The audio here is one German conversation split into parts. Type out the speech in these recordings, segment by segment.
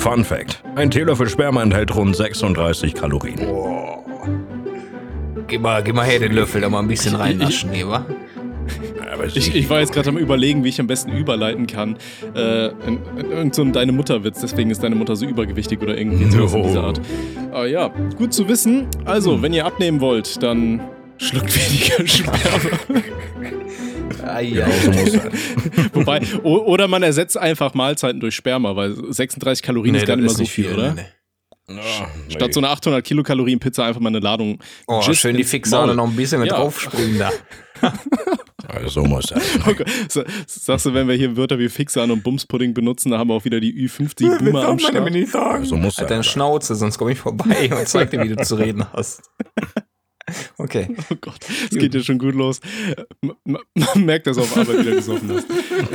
Fun Fact: Ein Teelöffel Sperma enthält rund 36 Kalorien. Boah. Gib mal her den Löffel, da mal ein bisschen reinnaschen, nee, wa? Ich war jetzt gerade am Überlegen, wie ich am besten überleiten kann. Irgend so ein Deine Mutter-Witz, deswegen ist deine Mutter so übergewichtig oder irgendwie sowas in dieser Art. Aber ja, gut zu wissen. Also, wenn ihr abnehmen wollt, dann schluckt weniger Sperma. Ja, so muss sein. Wobei, oder man ersetzt einfach Mahlzeiten durch Sperma, weil 36 Kalorien ist gar nicht mal so viel, oder? Nee. Ja, Statt so einer 800 Kilokalorien Pizza einfach mal eine Ladung. Oh, schön die Fixsahne noch ein bisschen mit draufspringen da. Also so muss sein. Okay. Sagst du, wenn wir hier Wörter wie Fixsahne und Bumspudding benutzen, da haben wir auch wieder die Ü50-Boomer am Start. So muss sein. Halt deine Schnauze, sonst komme ich vorbei und zeig dir, wie du zu reden hast. Okay. Oh Gott, es geht ja schon gut los. Man merkt, dass du auf Arbeit wieder gesoffen hast.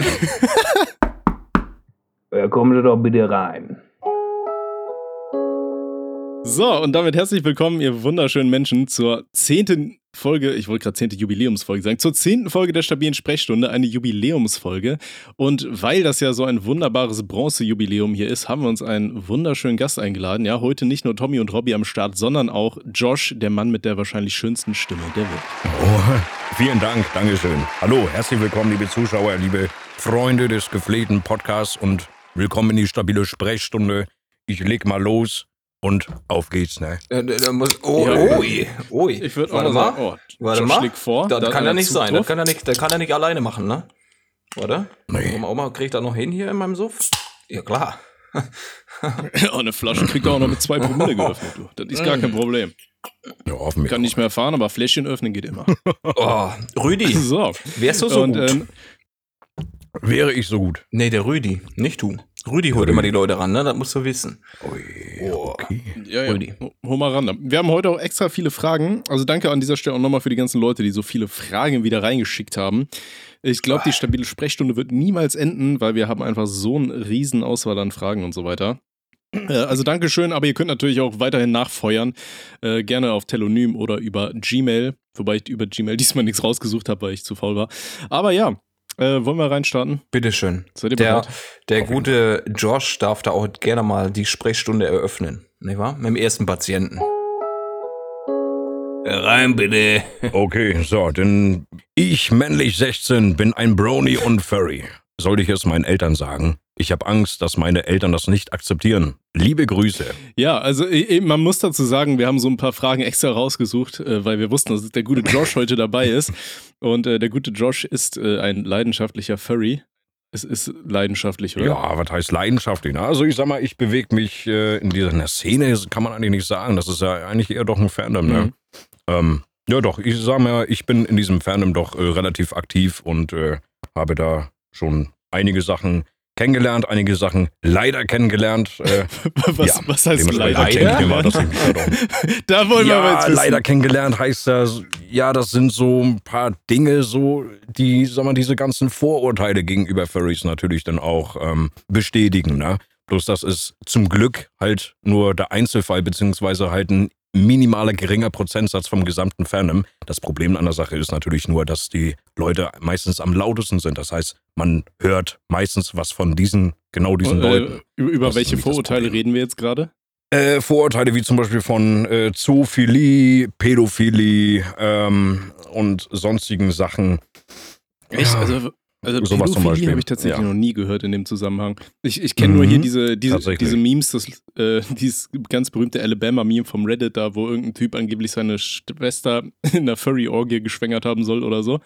Ja, kommen Sie doch bitte rein. So, und damit herzlich willkommen, ihr wunderschönen Menschen, zur 10. Folge, ich wollte gerade 10. Jubiläumsfolge sagen, zur 10. Folge der stabilen Sprechstunde, eine Jubiläumsfolge. Und weil das ja so ein wunderbares Bronze-Jubiläum hier ist, haben wir uns einen wunderschönen Gast eingeladen. Ja, heute nicht nur Tommy und Robby am Start, sondern auch Josh, der Mann mit der wahrscheinlich schönsten Stimme der Welt. Oh, vielen Dank, Dankeschön. Hallo, herzlich willkommen, liebe Zuschauer, liebe Freunde des gepflegten Podcasts und willkommen in die stabile Sprechstunde. Ich leg mal los. Und auf geht's, ne? Ui. Ich würde auch mal sagen, warte Josh mal. schlägt vor. Das kann ja nicht sein. Das drauf. kann er nicht alleine machen, ne? Oder? Nee. Oma kriegt da noch hin hier in meinem Suff? Ja, klar. Ja, eine Flasche kriegt er auch noch mit 2 Promille geöffnet, du. Das ist gar kein Problem. Ja, hoffentlich. Kann nicht mehr fahren, aber Fläschchen öffnen geht immer. Oh, Rüdi, So. wärst du so gut? Wäre ich so gut. Nee, der Rüdi, nicht du. Rüdi holt immer die Leute ran, ne? Das musst du wissen. Okay. Ja, Rüdi. hol mal ran. Wir haben heute auch extra viele Fragen. Also danke an dieser Stelle auch nochmal für die ganzen Leute, die so viele Fragen wieder reingeschickt haben. Ich glaube, die stabile Sprechstunde wird niemals enden, weil wir haben einfach so eine riesen Auswahl an Fragen und so weiter. Also Dankeschön, aber ihr könnt natürlich auch weiterhin nachfeuern. Gerne auf Telonym oder über Gmail. Wobei ich über Gmail diesmal nichts rausgesucht habe, weil ich zu faul war. Aber ja, wollen wir reinstarten? Bitteschön. Seid ihr bereit? Der gute Josh darf da auch gerne mal die Sprechstunde eröffnen. Nicht wahr? Mit dem ersten Patienten. Rein bitte. Okay, so, denn ich, männlich 16, bin ein Brony und Furry. Sollte ich es meinen Eltern sagen? Ich habe Angst, dass meine Eltern das nicht akzeptieren. Liebe Grüße. Ja, also man muss dazu sagen, wir haben so ein paar Fragen extra rausgesucht, weil wir wussten, dass der gute Josh heute dabei ist. Und der gute Josh ist ein leidenschaftlicher Furry. Es ist leidenschaftlich, oder? Ja, was heißt leidenschaftlich? Ne? Also ich sag mal, ich bewege mich in dieser Szene, kann man eigentlich nicht sagen. Das ist ja eigentlich eher doch ein Fandom, ne? Ja doch, ich sag mal, ich bin in diesem Fandom doch relativ aktiv und habe da schon einige Sachen kennengelernt, einige Sachen leider kennengelernt. Was heißt leider? Da wollen wir mal jetzt wissen. Leider kennengelernt heißt das, ja, das sind so ein paar Dinge, so die, sag mal, diese ganzen Vorurteile gegenüber Furries natürlich dann auch bestätigen, ne? Bloß das ist zum Glück halt nur der Einzelfall, beziehungsweise halt ein minimaler, geringer Prozentsatz vom gesamten Fandom. Das Problem an der Sache ist natürlich nur, dass die Leute meistens am lautesten sind. Das heißt, man hört meistens was von diesen Leuten. Über welche Vorurteile reden wir jetzt gerade? Vorurteile wie zum Beispiel von Zoophilie, Pädophilie und sonstigen Sachen. Echt? Ja. Also sowas zum Beispiel. habe ich tatsächlich noch nie gehört in dem Zusammenhang. Ich kenne nur hier diese Memes, dieses ganz berühmte Alabama-Meme vom Reddit da, wo irgendein Typ angeblich seine Schwester in einer Furry-Orgie geschwängert haben soll oder so.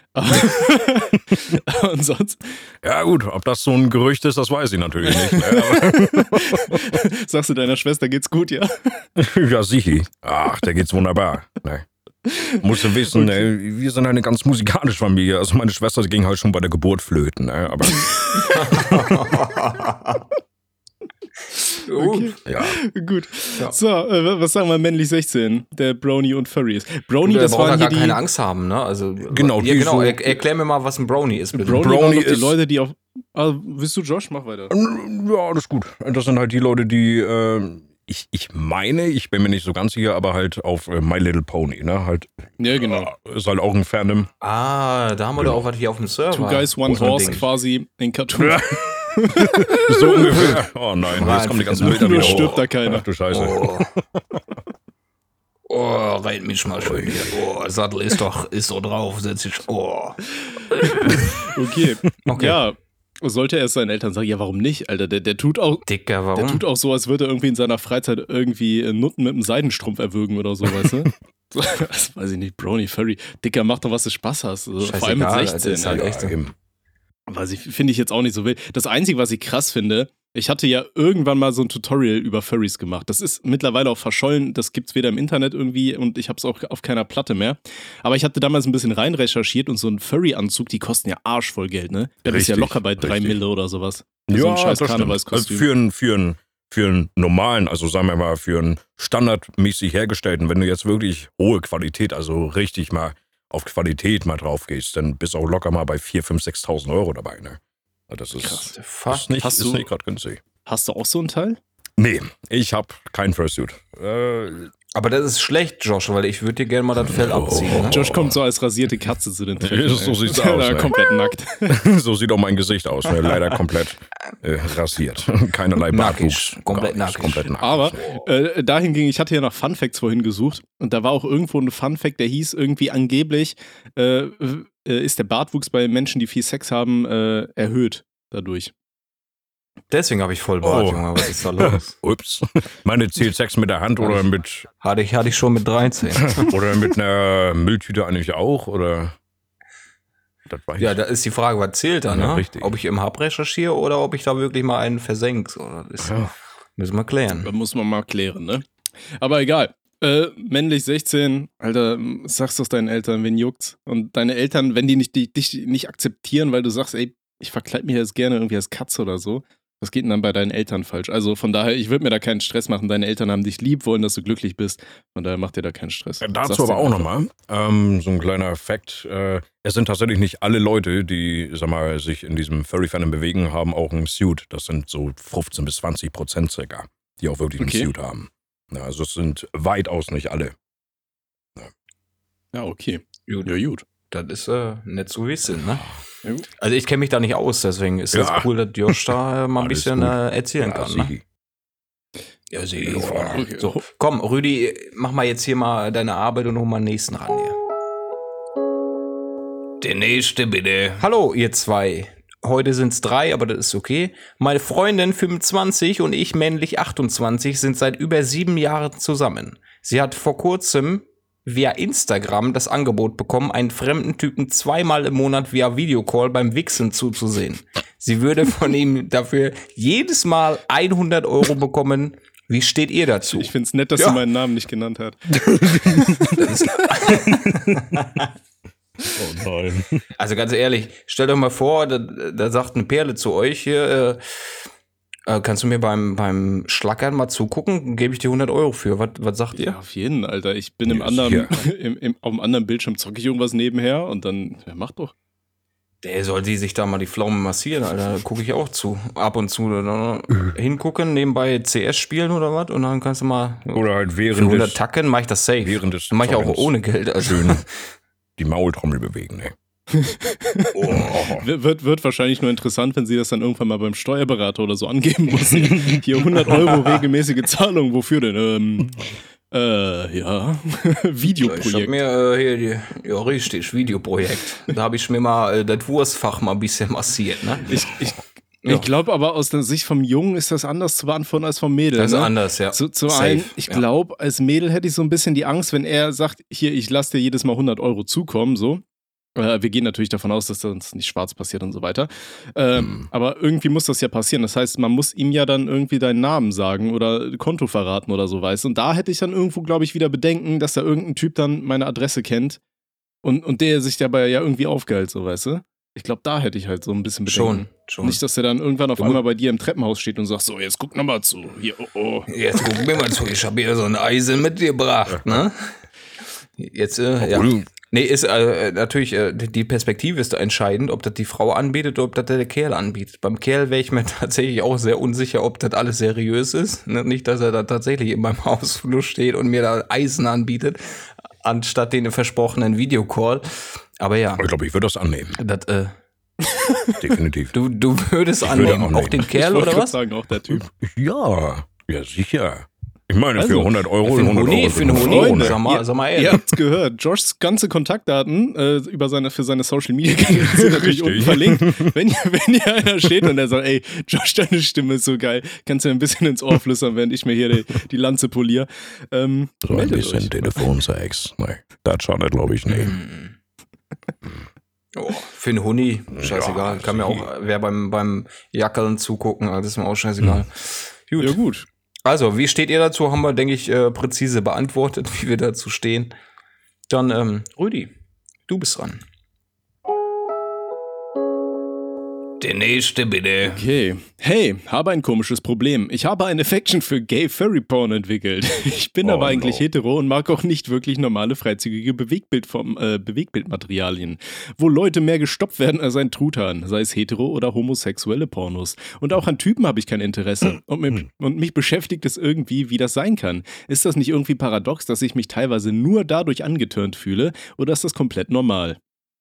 Und sonst? Ja gut, ob das so ein Gerücht ist, das weiß ich natürlich nicht. Ne? Sagst du, deiner Schwester geht's gut, ja? Ja, sicher. Ach, der geht's wunderbar. Ne? Musst du wissen, okay. Wir sind eine ganz musikalische Familie. Also meine Schwester ging halt schon bei der Geburt flöten. Ne? Aber okay. Ja. Gut. Ja. So, was sagen wir männlich 16, der Brony und Furry ist? Brony, das waren hier gar keine Angst haben, ne? Also genau. So erklär mir mal, was ein Brony ist, bitte. Brony ist die Leute, die auf. Willst du, Josh? Mach weiter. Ja, alles gut. Das sind halt die Leute, die ich meine, ich bin mir nicht so ganz sicher, aber halt auf My Little Pony, ne? Halt. Ja, genau. Ist halt auch ein Fandom. Da haben wir doch auch was hier auf dem Server. Two Guys, One Horse quasi in Cartoon. So ungefähr. Oh nein, jetzt kommen die ganzen Bilder Nur wieder stirbt hoch. da keiner. Ach du Scheiße. Rein mich mal schön hier. Sattel ist doch drauf, setz dich. Okay. Okay. Ja, sollte er es seinen Eltern sagen, ja, warum nicht, Alter? Der tut auch. Dicker, warum? Der tut auch so, als würde er irgendwie in seiner Freizeit irgendwie Nutten mit einem Seidenstrumpf erwürgen oder so, weißt du? Das weiß ich nicht, Brony, Furry. Dicker, mach doch, was du Spaß hast. Also, vor allem mit Scheißegal, 16. das ist halt Alter. echt so. Eben. Finde ich jetzt auch nicht so wild. Das Einzige, was ich krass finde, ich hatte ja irgendwann mal so ein Tutorial über Furries gemacht. Das ist mittlerweile auch verschollen. Das gibt's weder im Internet irgendwie und ich habe es auch auf keiner Platte mehr. Aber ich hatte damals ein bisschen rein recherchiert und so ein Furry-Anzug, die kosten ja arschvoll Geld, ne? Der ist ja Richtig, locker bei 3 richtig. Mille oder sowas. Ja, so ein scheiß das stimmt. Karnevalskostüm. Für einen normalen, also sagen wir mal, für einen standardmäßig hergestellten, wenn du jetzt wirklich hohe Qualität, also richtig mal auf Qualität mal drauf gehst, dann bist du auch locker mal bei 4.000, 5.000, 6.000 Euro dabei, ne? Das ist, The fuck? ist nicht Hast du- gerade günstig. Hast du auch so ein Teil? Nee, ich habe kein Fursuit. Aber das ist schlecht, Josh, weil ich würde dir gerne mal das Fell abziehen. Ne? Josh kommt so als rasierte Katze zu den Treffen. So ey. sieht's aus, Da ey. komplett nackt. So sieht auch mein Gesicht aus, ne? Leider komplett rasiert. Keinerlei Nackig, Bartwuchs. komplett Gar nichts, nackig. komplett nackig. Aber dahingegen, ich hatte ja noch Fun Facts vorhin gesucht und da war auch irgendwo ein Fun Fact, der hieß irgendwie angeblich, ist der Bartwuchs bei Menschen, die viel Sex haben, erhöht dadurch. Deswegen habe ich voll Bart, Oh. Junge. Was ist da los? Ups. Meine zählt Sex mit der Hand oder mit Hatte ich schon mit 13. oder mit einer Mülltüte eigentlich auch? Oder? Das weiß Ja, ich. da ist die Frage, was zählt da, Ja, ne? richtig. Ob ich im Hub recherchiere oder ob ich da wirklich mal einen versenke. So, das Ja. müssen wir klären. Da muss man mal klären, ne? Aber egal. Männlich 16, Alter, sag's doch deinen Eltern, wen juckt's? Und deine Eltern, wenn die dich nicht akzeptieren, weil du sagst, ey, ich verkleide mich jetzt gerne irgendwie als Katze oder so, was geht denn dann bei deinen Eltern falsch? Also von daher, ich würde mir da keinen Stress machen. Deine Eltern haben dich lieb, wollen, dass du glücklich bist. Von daher macht dir da keinen Stress. Dazu Sag's aber denen auch einfach. nochmal, so ein kleiner Fact. Es sind tatsächlich nicht alle Leute, die, sag mal, sich in diesem Furry-Fandom bewegen, haben auch einen Suit. Das sind so 15-20% circa, die auch wirklich einen Okay. Suit haben. Ja, also es sind weitaus nicht alle. Ja, okay. Gut. Ja, gut. Das ist nicht zu wissen, ne? Ja, gut. Also ich kenne mich da nicht aus, deswegen ist das Ja. cool, dass Josh da mal ein Alles bisschen gut. erzählen kann. Ne? Sigi. Ja, sie. Okay. So, komm, Rüdi, mach mal jetzt hier mal deine Arbeit und hol mal den nächsten ran hier. Der nächste bitte. Hallo, ihr zwei. Heute sind's 3, aber das ist okay. Meine Freundin 25 und ich männlich 28 sind seit über 7 Jahren zusammen. Sie hat vor kurzem via Instagram das Angebot bekommen, einen fremden Typen 2-mal im Monat via Videocall beim Wichsen zuzusehen. Sie würde von ihm dafür jedes Mal 100 Euro bekommen. Wie steht ihr dazu? Ich find's nett, dass Ja. sie meinen Namen nicht genannt hat. Oh nein. Also ganz ehrlich, stellt euch mal vor, da sagt eine Perle zu euch hier, kannst du mir beim Schlackern mal zugucken? Gebe ich dir 100 Euro für. Was sagt ihr? Ja, auf jeden, Alter. Ich bin im Ja, anderen, sicher. auf dem anderen Bildschirm zocke ich irgendwas nebenher und dann, ja, mach doch. Der soll die sich da mal die Pflaumen massieren, Alter. Da gucke ich auch zu. Ab und zu. Dann hingucken, nebenbei CS spielen oder was. Und dann kannst du mal Oder halt für während 100 des, Tacken mach ich das safe. während des Dann mach ich auch Zockens ohne Geld. Also. schön die Maultrommel bewegen, ne? Wird wahrscheinlich nur interessant, wenn sie das dann irgendwann mal beim Steuerberater oder so angeben muss. Hier 100 Euro regelmäßige Zahlung. Wofür denn? Ja, Ich hab Videoprojekt. mir hier ja richtig, Videoprojekt. Da habe ich mir mal das Wurstfach mal ein bisschen massiert, ne? Ja. Ich glaube aber aus der Sicht vom Jungen ist das anders zu beantworten als vom Mädel. Das ist ne? anders, ja. Zu Safe, einem, ich ja. glaube, als Mädel hätte ich so ein bisschen die Angst, wenn er sagt, hier, ich lasse dir jedes Mal 100 Euro zukommen, so. Wir gehen natürlich davon aus, dass das nicht schwarz passiert und so weiter. Aber irgendwie muss das ja passieren. Das heißt, man muss ihm ja dann irgendwie deinen Namen sagen oder Konto verraten oder so, weißt du. Und da hätte ich dann irgendwo, glaube ich, wieder Bedenken, dass da irgendein Typ dann meine Adresse kennt und der sich dabei ja irgendwie aufgehält, so, weißt du. Ich glaube, da hätte ich halt so ein bisschen Bedenken. Schon. Nicht, dass er dann irgendwann auf einmal bei dir im Treppenhaus steht und sagt, so, jetzt guck nochmal zu. Hier, oh. Jetzt guck mir mal zu, ich habe hier so ein Eisen mitgebracht, ne? Jetzt, ja. Obwohl, Nee, ist natürlich, die Perspektive ist da entscheidend, ob das die Frau anbietet oder ob das der Kerl anbietet. Beim Kerl wäre ich mir tatsächlich auch sehr unsicher, ob das alles seriös ist. Ne? Nicht, dass er da tatsächlich in meinem Hausflur steht und mir da Eisen anbietet, anstatt den versprochenen Videocall. Aber ja, ich glaube, ich würde das annehmen. das, Definitiv. Du würdest würde annehmen, auch auch den nehmen. Kerl Ich wollte oder gerade was? sagen, auch der Typ. Ja, sicher. Ich meine, Also, für 100 Euro, Für 100 einen Euro Honig, für sind einen eine Honig. Frau, ne? Sag mal Ihr ehrlich. habt's gehört. Joshs ganze Kontaktdaten für seine Social Media Kanäle sind natürlich Richtig. unten verlinkt. Wenn hier einer steht und der sagt, ey, Josh, deine Stimme ist so geil, kannst du mir ein bisschen ins Ohr flüstern, während ich mir hier die Lanze poliere. So ein meldet bisschen euch. Telefonsex. Nee, das schadet, glaube ich, nicht. Oh, für einen Huni, scheißegal. Ja, Kann mir auch wer beim Jackeln zugucken, also ist mir auch scheißegal. Gut. Ja, gut. Also, wie steht ihr dazu? Haben wir, denke ich, präzise beantwortet, wie wir dazu stehen. Dann, Rüdi, du bist dran. Der nächste, bitte. Okay. Hey, habe ein komisches Problem. Ich habe eine Affection für Gay-Furry-Porn entwickelt. Ich bin aber eigentlich hetero und mag auch nicht wirklich normale freizügige Bewegtbildmaterialien, wo Leute mehr gestoppt werden als ein Truthahn, sei es hetero oder homosexuelle Pornos. Und auch an Typen habe ich kein Interesse. Und mich beschäftigt es irgendwie, wie das sein kann. Ist das nicht irgendwie paradox, dass ich mich teilweise nur dadurch angetörnt fühle, oder ist das komplett normal?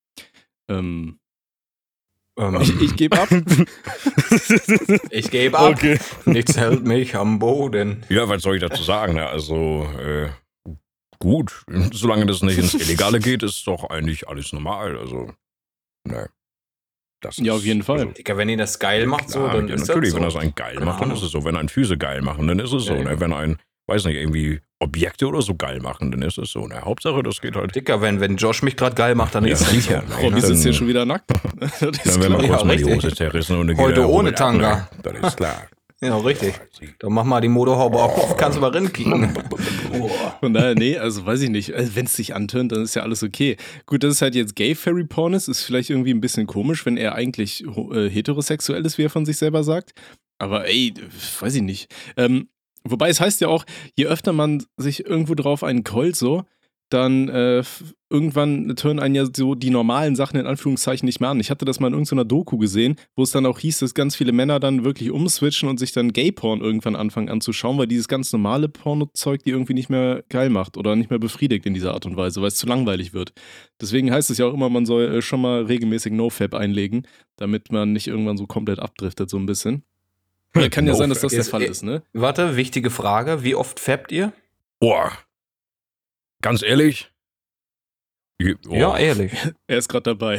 Ich gebe ab. Ich gebe ab. Okay. Nichts hält mich am Boden. Ja, was soll ich dazu sagen? Ne? Also, gut, solange das nicht ins Illegale geht, ist doch eigentlich alles normal. Also, ne. Das Ja, ist- auf jeden Fall. Also, Digga, wenn ihr das geil macht, so, klar, dann ja, ist natürlich, das wenn so. das einen geil Keine macht, dann Ahnung. ist es so. Wenn einen Füße geil machen, dann ist es so. Ja, Ne? ja. Wenn einen, weiß nicht, irgendwie Objekte oder so geil machen, dann ist es so. Ne? Hauptsache, das geht halt. Dicker, wenn Josh mich gerade geil macht, dann Ja, ist das sicher. so. Ne? Robby sitzt hier Dann- schon wieder nackt. Das ist Dann werden wir klar. kurz Ja, mal die richtig. Hose zerrissen und dann Heute geht er ohne ab, Tanga. Ne? Das ist klar. Ja, richtig. Dann mach mal die Motorhaube auf, kannst du mal rinkicken. Von daher, nee, also weiß ich nicht. Also, wenn es sich antönt, dann ist ja alles okay. Gut, dass es halt jetzt Gay-Furry-Porn ist vielleicht irgendwie ein bisschen komisch, wenn er eigentlich heterosexuell ist, wie er von sich selber sagt. Aber ey, weiß ich nicht. Wobei es heißt ja auch, je öfter man sich irgendwo drauf einen keult, so, dann irgendwann turnen einen ja so die normalen Sachen in Anführungszeichen nicht mehr an. Ich hatte das mal in irgendeiner Doku gesehen, wo es dann auch hieß, dass ganz viele Männer dann wirklich umswitchen und sich dann Gay-Porn irgendwann anfangen anzuschauen, weil dieses ganz normale Porno-Zeug die irgendwie nicht mehr geil macht oder nicht mehr befriedigt in dieser Art und Weise, weil es zu langweilig wird. Deswegen heißt es ja auch immer, man soll schon mal regelmäßig No-Fap einlegen, damit man nicht irgendwann so komplett abdriftet, so ein bisschen. Kann ja sein, dass das der Jetzt, Fall ist, ne? Warte, wichtige Frage. Wie oft fappt ihr? Boah. Ganz ehrlich? Ja, ehrlich. Er ist gerade dabei.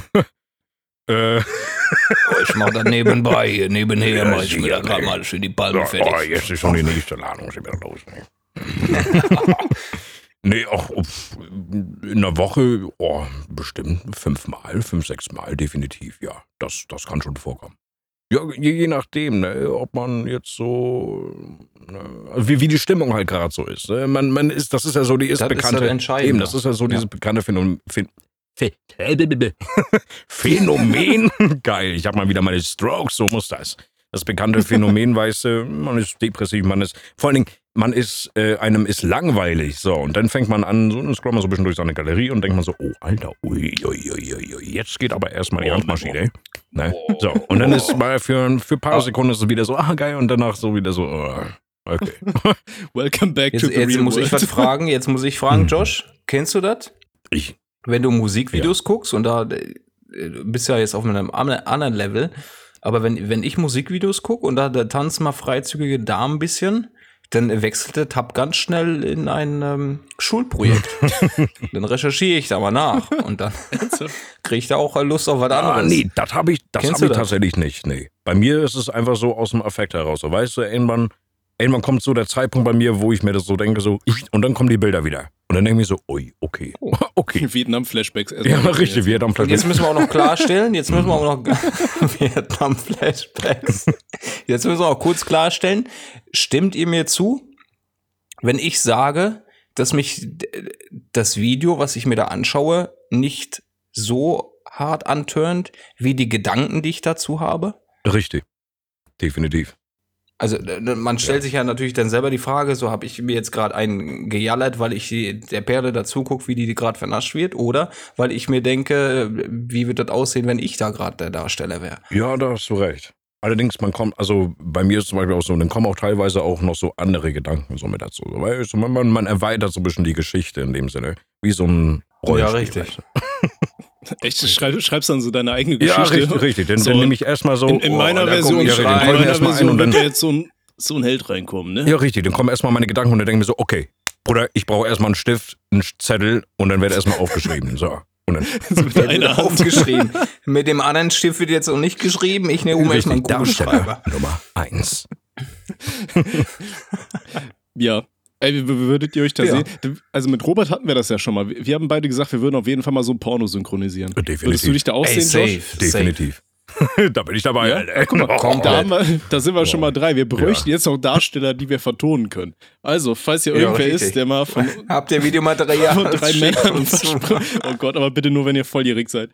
Ich mach das nebenbei, hier nebenher Ja, mach ich mir sicher, da gerade nee. mal schön die Palmen Oh, fertig. jetzt ist schon die nächste Ladung schon wieder los. Ne? Nee, auch in der Woche, bestimmt 5 Mal, 5, 6 Mal, definitiv, ja. Das kann schon vorkommen. Ja, je nachdem, ne, ob man jetzt so, ne, also wie die Stimmung halt gerade so ist. Ne? Man ist, das ist ja so, die ist Das ist bekannte, das Entscheidende. eben, das ist ja so Ja. dieses bekannte Phänomen. Geil, ich habe mal wieder meine Strokes, so muss das. Das bekannte Phänomen, weißt du, man ist depressiv, vor allen Dingen, einem ist langweilig, so, und dann fängt man an, so, dann scrollt man so ein bisschen durch seine Galerie und denkt man so, oh, Alter, ui, jetzt geht aber erstmal die Handmaschine, ne? So, und dann ist mal für ein paar Sekunden ist es wieder so, geil, und danach so wieder so, okay. Welcome back to Jetzt, the jetzt real muss ich world. was fragen. Jetzt muss ich fragen, Josh, kennst du das? Ich, Wenn du Musikvideos guckst und da bist ja jetzt auf einem anderen Level, aber wenn ich Musikvideos gucke und da tanzen mal freizügige Damen ein bisschen, dann wechselt der Tab ganz schnell in ein Schulprojekt. Dann recherchiere ich da mal nach und dann kriege ich da auch Lust auf was anderes. nee, das habe ich Kennst du das? tatsächlich nicht, nee. Bei mir ist es einfach so aus dem Affekt heraus, so, weißt du, irgendwann kommt so der Zeitpunkt bei mir, wo ich mir das so denke, so, und dann kommen die Bilder wieder. Und dann denke ich mir so, ui, okay, okay. Vietnam-Flashbacks. Ja, richtig, Vietnam Und jetzt müssen wir auch noch klarstellen, Vietnam-Flashbacks. Jetzt müssen wir auch kurz klarstellen, stimmt ihr mir zu, wenn ich sage, dass mich das Video, was ich mir da anschaue, nicht so hart antörnt, wie die Gedanken, die ich dazu habe? Richtig, definitiv. Also man stellt sich ja natürlich dann selber die Frage, so habe ich mir jetzt gerade einen gejallert, weil ich der Perle dazu gucke, wie die gerade vernascht wird, oder weil ich mir denke, wie wird das aussehen, wenn ich da gerade der Darsteller wäre? Ja, da hast du recht. Allerdings, also bei mir ist zum Beispiel auch so, dann kommen auch teilweise auch noch so andere Gedanken so mit dazu. So, weißt du, man erweitert so ein bisschen die Geschichte in dem Sinne, wie so ein Rollenspiel. Ja, richtig. Weißt du? Echt, schreibst dann so deine eigene Ja, Geschichte? richtig. Dann So, nehme ich erstmal so. In meiner da Version, komm ich in rein. Dann kommen wir meiner erstmal ein Version und dann. wird ja jetzt so ein Held reinkommen, ne? Ja, richtig. Dann kommen erstmal meine Gedanken und dann denke ich mir so, okay, Bruder, ich brauche erstmal einen Stift, einen Zettel und dann wird erstmal aufgeschrieben. So. Und dann Mit einer Hand. Aufgeschrieben. Mit dem anderen Stift wird jetzt auch nicht geschrieben. Ich nehme mal einen Kugelschreiber. Nummer 1. Ja. Ey, wie würdet ihr euch da Ja. sehen? Also mit Robert hatten wir das ja schon mal. Wir haben beide gesagt, wir würden auf jeden Fall mal so ein Porno synchronisieren. Definitiv. Würdest du dich da auch Ey, sehen, Josh? Definitiv. Da bin ich dabei, Ja? Alter. Guck mal, Komplett. da sind wir schon mal 3. Wir bräuchten jetzt noch Darsteller, die wir vertonen können. Also, falls hier Ja, irgendwer richtig. ist, der mal von Habt ihr Videomaterial? 3 Schickt Männern uns zu. versprochen. Oh Gott, aber bitte nur, wenn ihr volljährig seid.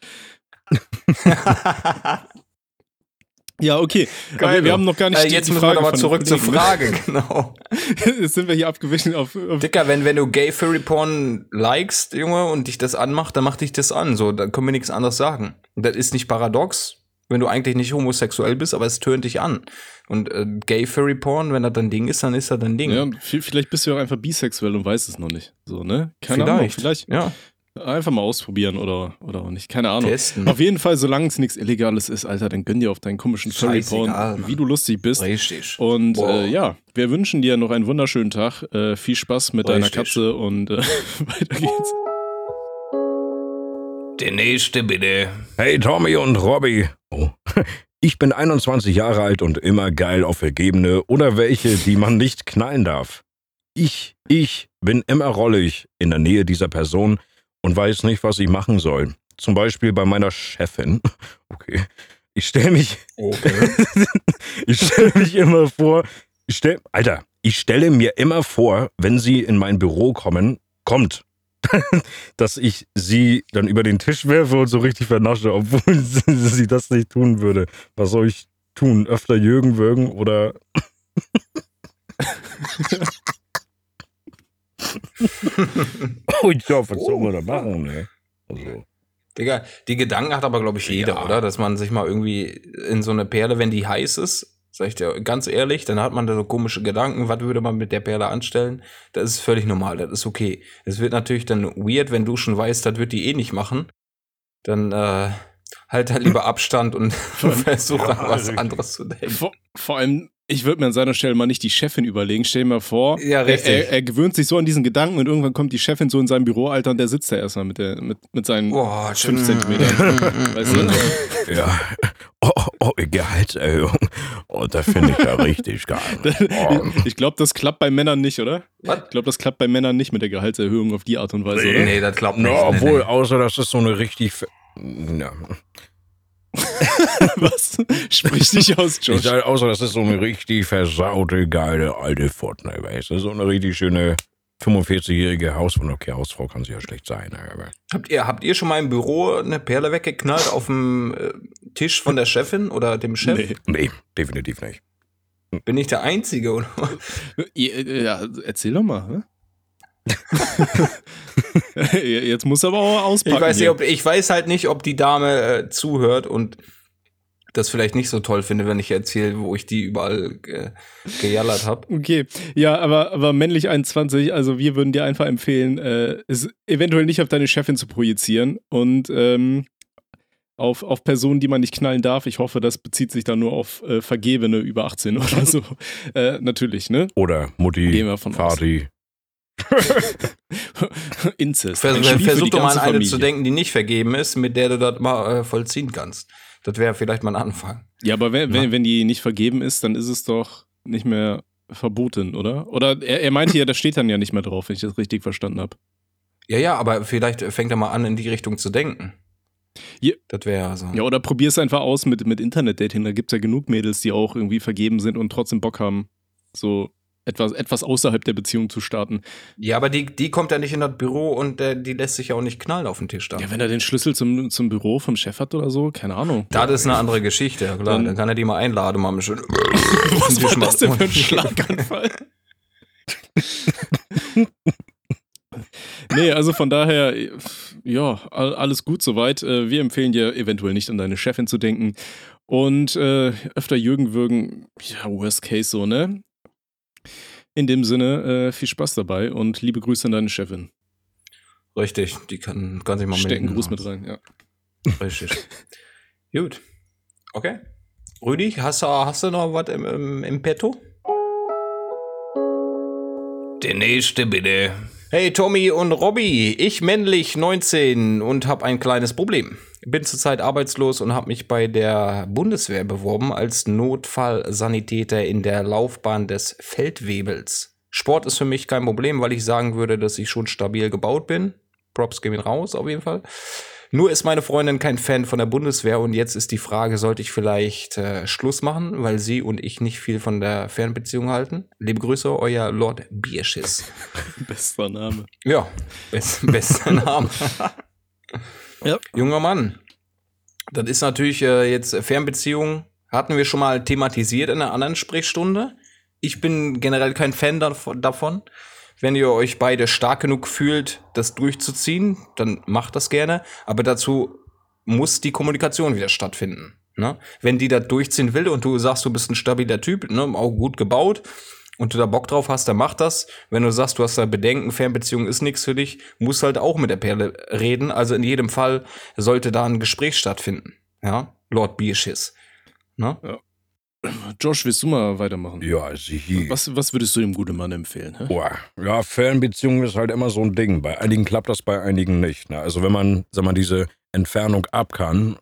Ja, okay. Aber wir haben noch gar nicht Jetzt die müssen wir Frage aber von zurück den zur Kollegen, Frage, genau. ne? Jetzt sind wir hier abgewichen auf Dicker, wenn du Gay Furry Porn likest, Junge, und dich das anmacht, dann macht dich das an. So, da können wir nichts anderes sagen. Und das ist nicht paradox, wenn du eigentlich nicht homosexuell bist, aber es tönt dich an. Und Gay Furry Porn, wenn das dein Ding ist, dann ist das dein Ding. Ja, und vielleicht bist du ja auch einfach bisexuell und weißt es noch nicht. So, ne? Keine Ahnung, vielleicht. Ja. Einfach mal ausprobieren oder auch nicht. Keine Ahnung. Testen. Auf jeden Fall, solange es nichts Illegales ist, Alter, dann gönn dir auf deinen komischen Scheißegal, Furry-Porn, Mann. wie du lustig bist. Richtig. Und Boah. ja, wir wünschen dir noch einen wunderschönen Tag. Viel Spaß mit deiner Richtig. Katze und weiter geht's. Der nächste bitte. Hey Tommy und Robby. Oh. Ich bin 21 Jahre alt und immer geil auf Vergebene oder welche, die man nicht knallen darf. Ich bin immer rollig in der Nähe dieser Person und weiß nicht, was ich machen soll. Zum Beispiel bei meiner Chefin. Okay. Ich stelle mich immer vor, ich stelle mir immer vor, wenn sie in mein Büro kommt, dass ich sie dann über den Tisch werfe und so richtig vernasche, obwohl sie das nicht tun würde. Was soll ich tun? Öfter Jürgen würgen oder... Oh, ich hoffe, was soll man da machen, ne? Also. Digga, die Gedanken hat aber, glaube ich, jeder, Ja. oder? Dass man sich mal irgendwie in so eine Perle, wenn die heiß ist, sag ich dir ganz ehrlich, dann hat man da so komische Gedanken, was würde man mit der Perle anstellen? Das ist völlig normal, das ist okay. Es wird natürlich dann weird, wenn du schon weißt, das wird die eh nicht machen. Dann halt lieber Abstand und versuch an was anderes zu denken. Vor allem, ich würde mir an seiner Stelle mal nicht die Chefin überlegen. Stell dir mal vor, Ja, richtig. er gewöhnt sich so an diesen Gedanken und irgendwann kommt die Chefin so in seinem Büro, Alter, und der sitzt da erstmal mit seinen Boah, 5 Zentimetern. Weißt du? Ja. Oh, Gehaltserhöhung. Oh, das finde ich ja richtig geil. Oh. Ich glaube, das klappt bei Männern nicht, oder? Was? Ich glaube, das klappt bei Männern nicht mit der Gehaltserhöhung auf die Art und Weise, oder? Nee, das klappt nicht. Na, Nee, obwohl, nee. außer das ist so eine richtig... Ja. Was? Sprich dich aus, Ich Josh. sage, außer das ist so eine richtig versaute, geile alte Fortnite, weißt du? So eine richtig schöne 45-jährige Hausfrau. Okay, Hausfrau kann sie ja schlecht sein. Aber Habt ihr schon mal im Büro eine Perle weggeknallt auf dem Tisch von der Chefin oder dem Chef? Nee. nee, definitiv nicht. Bin ich der Einzige, oder? Ja, erzähl doch mal. Ne? Jetzt muss aber auch auspacken. Ich weiß halt nicht, ob die Dame zuhört und das vielleicht nicht so toll finde, wenn ich erzähle, wo ich die überall gejallert habe. Okay, ja, aber männlich 21, also wir würden dir einfach empfehlen, es eventuell nicht auf deine Chefin zu projizieren und auf Personen, die man nicht knallen darf. Ich hoffe, das bezieht sich dann nur auf Vergebene über 18 oder so. Natürlich, ne? Oder Mutti, Gehen wir von aus. Vati. Inzest. Ein Spiel für Versuch die doch mal an ganze eine Familie. zu denken, die nicht vergeben ist, mit der du das mal vollziehen kannst. Das wäre vielleicht mal ein Anfang. Ja, aber wenn die nicht vergeben ist, dann ist es doch nicht mehr verboten, oder? Oder er meinte ja, das steht dann ja nicht mehr drauf, wenn ich das richtig verstanden habe. Ja, aber vielleicht fängt er mal an, in die Richtung zu denken. Ja. Das wäre so. Ja, oder probier es einfach aus mit Internet-Dating. Da gibt es ja genug Mädels, die auch irgendwie vergeben sind und trotzdem Bock haben, so etwas außerhalb der Beziehung zu starten. Ja, aber die kommt ja nicht in das Büro und die lässt sich ja auch nicht knallen auf den Tisch da. Ja, wenn er den Schlüssel zum Büro vom Chef hat oder so, keine Ahnung. Das ist eine andere Geschichte, ja klar. Dann kann er die mal einladen, mal schön. Was war das denn für ein Schlaganfall? Nee, also von daher, ja, alles gut soweit. Wir empfehlen dir eventuell nicht an deine Chefin zu denken. Und öfter Jürgen würgen, ja, worst case so, ne? In dem Sinne, viel Spaß dabei und liebe Grüße an deine Chefin. Richtig, die kann sich mal Stecken melden. Gruß mit rein, ja. Richtig. Gut. Okay. Rüdi, hast du noch was im Petto? Der nächste bitte. Hey Tommy und Robby, ich männlich 19 und habe ein kleines Problem. Bin zurzeit arbeitslos und habe mich bei der Bundeswehr beworben als Notfallsanitäter in der Laufbahn des Feldwebels. Sport ist für mich kein Problem, weil ich sagen würde, dass ich schon stabil gebaut bin. Props gehen raus auf jeden Fall. Nur ist meine Freundin kein Fan von der Bundeswehr und jetzt ist die Frage, sollte ich vielleicht Schluss machen, weil sie und ich nicht viel von der Fernbeziehung halten? Liebe Grüße, euer Lord Bierschiss. Bester Name. Ja, bester Name. Ja. Junger Mann, das ist natürlich jetzt Fernbeziehung, hatten wir schon mal thematisiert in einer anderen Sprechstunde. Ich bin generell kein Fan davon. Wenn ihr euch beide stark genug fühlt, das durchzuziehen, dann macht das gerne. Aber dazu muss die Kommunikation wieder stattfinden. Ne? Wenn die das durchziehen will und du sagst, du bist ein stabiler Typ, ne, auch gut gebaut und du da Bock drauf hast, dann mach das. Wenn du sagst, du hast da Bedenken, Fernbeziehung ist nichts für dich, musst halt auch mit der Perle reden. Also in jedem Fall sollte da ein Gespräch stattfinden. Ja, Lord Bierschiss. Ne? Ja. Josh, willst du mal weitermachen? Ja, also Was würdest du dem guten Mann empfehlen? Hä? Boah, ja, Fernbeziehung ist halt immer so ein Ding. Bei einigen klappt das, bei einigen nicht. Ne? Also wenn man, sag mal, diese Entfernung ab kann,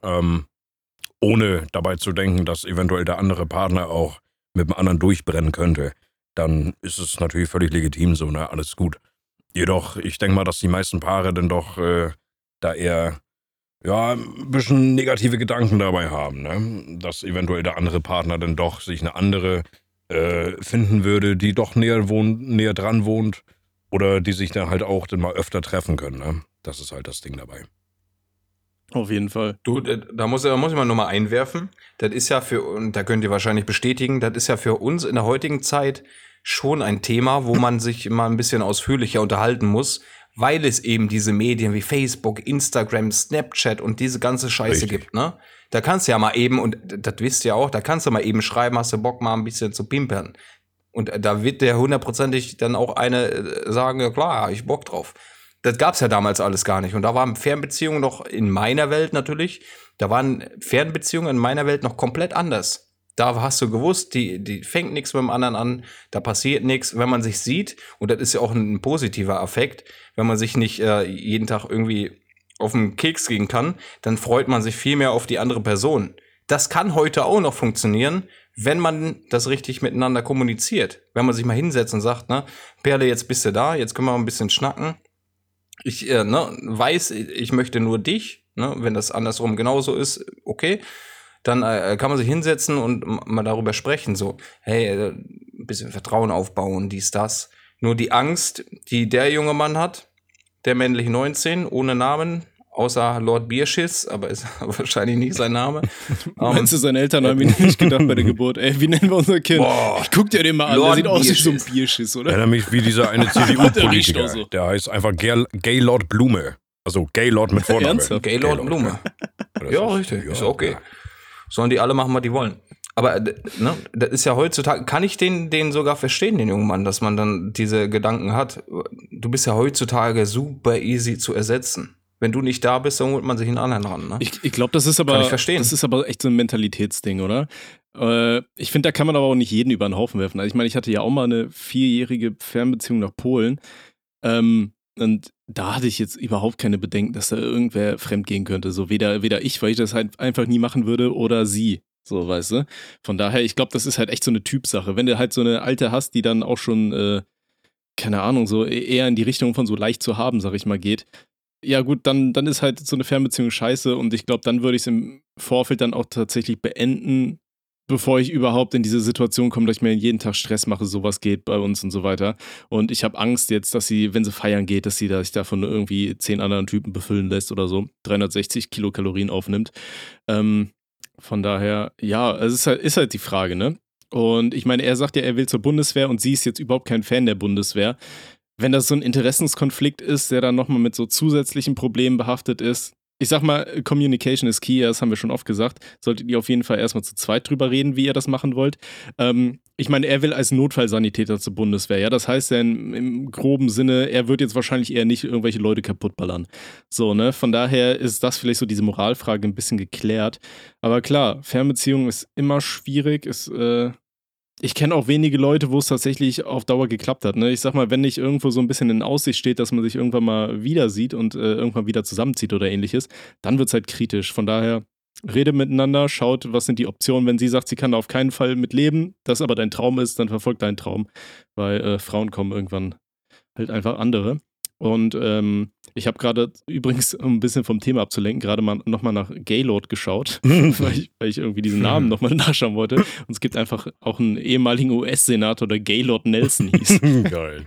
ohne dabei zu denken, dass eventuell der andere Partner auch mit dem anderen durchbrennen könnte, dann ist es natürlich völlig legitim so, ne? Alles gut. Jedoch, ich denke mal, dass die meisten Paare dann doch da eher ein bisschen negative Gedanken dabei haben, ne? Dass eventuell der andere Partner dann doch sich eine andere finden würde, die doch näher dran wohnt oder die sich dann halt auch dann mal öfter treffen können, ne? Das ist halt das Ding dabei. Auf jeden Fall. Du, da muss ich mal nochmal einwerfen. Das ist ja und da könnt ihr wahrscheinlich bestätigen, das ist ja für uns in der heutigen Zeit schon ein Thema, wo man sich mal ein bisschen ausführlicher unterhalten muss, weil es eben diese Medien wie Facebook, Instagram, Snapchat und diese ganze Scheiße gibt, ne? Da kannst du ja mal eben, und das wisst ihr auch, da kannst du mal eben schreiben, hast du Bock mal ein bisschen zu pimpern. Und da wird der hundertprozentig dann auch eine sagen, ja klar, hab ich Bock drauf. Das gab's ja damals alles gar nicht. Und da waren Fernbeziehungen noch in meiner Welt natürlich, da waren Fernbeziehungen in meiner Welt noch komplett anders. Da hast du gewusst, die fängt nichts mit dem anderen an, da passiert nichts, wenn man sich sieht, und das ist ja auch ein positiver Affekt, wenn man sich nicht jeden Tag irgendwie auf den Keks gehen kann, dann freut man sich viel mehr auf die andere Person. Das kann heute auch noch funktionieren, wenn man das richtig miteinander kommuniziert. Wenn man sich mal hinsetzt und sagt, ne, Perle, jetzt bist du da, jetzt können wir mal ein bisschen schnacken. Ich weiß, ich möchte nur dich, ne, wenn das andersrum genauso ist, okay. Dann kann man sich hinsetzen und mal darüber sprechen, so, hey, ein bisschen Vertrauen aufbauen, dies, das. Nur die Angst, die der junge Mann hat, der männlich 19, ohne Namen, außer Lord Bierschiss, aber ist wahrscheinlich nicht sein Name. Meinst du, seine Eltern haben ihn nicht gedacht bei der Geburt? Ey, wie nennen wir unser Kind? Boah, Guck dir den mal an, Lord der sieht aus wie so ein Bierschiss. Bierschiss, oder? Erinnert mich wie dieser eine riecht auch CDU-Politiker. so. Der heißt einfach Gaylord Blume. Also Gaylord mit Vorname. Ernsthaft? Gaylord Blume. Ja, richtig, ist okay. Sollen die alle machen, was die wollen. Aber ne, das ist ja heutzutage, kann ich den sogar verstehen, den jungen Mann, dass man dann diese Gedanken hat. Du bist ja heutzutage super easy zu ersetzen. Wenn du nicht da bist, dann holt man sich einen anderen ran. Ne? Ich glaube, das ist aber, Kann ich verstehen. Das ist aber echt so ein Mentalitätsding, oder? Ich finde, da kann man aber auch nicht jeden über den Haufen werfen. Also ich meine, ich hatte ja auch mal eine 4-jährige Fernbeziehung nach Polen. Und da hatte ich jetzt überhaupt keine Bedenken, dass da irgendwer fremd gehen könnte. So weder ich, weil ich das halt einfach nie machen würde, oder sie. So, weißt du? Von daher, ich glaube, das ist halt echt so eine Typsache. Wenn du halt so eine Alte hast, die dann auch schon, keine Ahnung, so eher in die Richtung von so leicht zu haben, sag ich mal, geht. Ja gut, dann ist halt so eine Fernbeziehung scheiße, und ich glaube, dann würde ich es im Vorfeld dann auch tatsächlich beenden, bevor ich überhaupt in diese Situation komme, dass ich mir jeden Tag Stress mache, sowas geht bei uns und so weiter. Und ich habe Angst jetzt, dass sie, wenn sie feiern geht, dass sie sich davon irgendwie 10 anderen Typen befüllen lässt oder so, 360 Kilokalorien aufnimmt. Von daher, ja, es ist halt die Frage, ne? Und ich meine, er sagt ja, er will zur Bundeswehr, und sie ist jetzt überhaupt kein Fan der Bundeswehr. Wenn das so ein Interessenskonflikt ist, der dann nochmal mit so zusätzlichen Problemen behaftet ist, ich sag mal, Communication is key, das haben wir schon oft gesagt, solltet ihr auf jeden Fall erstmal zu zweit drüber reden, wie ihr das machen wollt. ich meine, er will als Notfallsanitäter zur Bundeswehr. Ja, das heißt ja im groben Sinne, er wird jetzt wahrscheinlich eher nicht irgendwelche Leute kaputtballern. So, ne? Von daher ist das vielleicht so diese Moralfrage ein bisschen geklärt. Aber klar, Fernbeziehung ist immer schwierig. Ich kenne auch wenige Leute, wo es tatsächlich auf Dauer geklappt hat. Ne? Ich sag mal, wenn nicht irgendwo so ein bisschen in Aussicht steht, dass man sich irgendwann mal wieder sieht und irgendwann wieder zusammenzieht oder ähnliches, dann wird es halt kritisch. Von daher, redet miteinander, schaut, was sind die Optionen. Wenn sie sagt, sie kann da auf keinen Fall mit leben, das aber dein Traum ist, dann verfolgt deinen Traum. Weil Frauen kommen irgendwann halt einfach andere. Und ich habe gerade übrigens, um ein bisschen vom Thema abzulenken, gerade mal nochmal nach Gaylord geschaut, weil ich irgendwie diesen Namen nochmal nachschauen wollte. Und es gibt einfach auch einen ehemaligen US-Senator, der Gaylord Nelson hieß. Geil.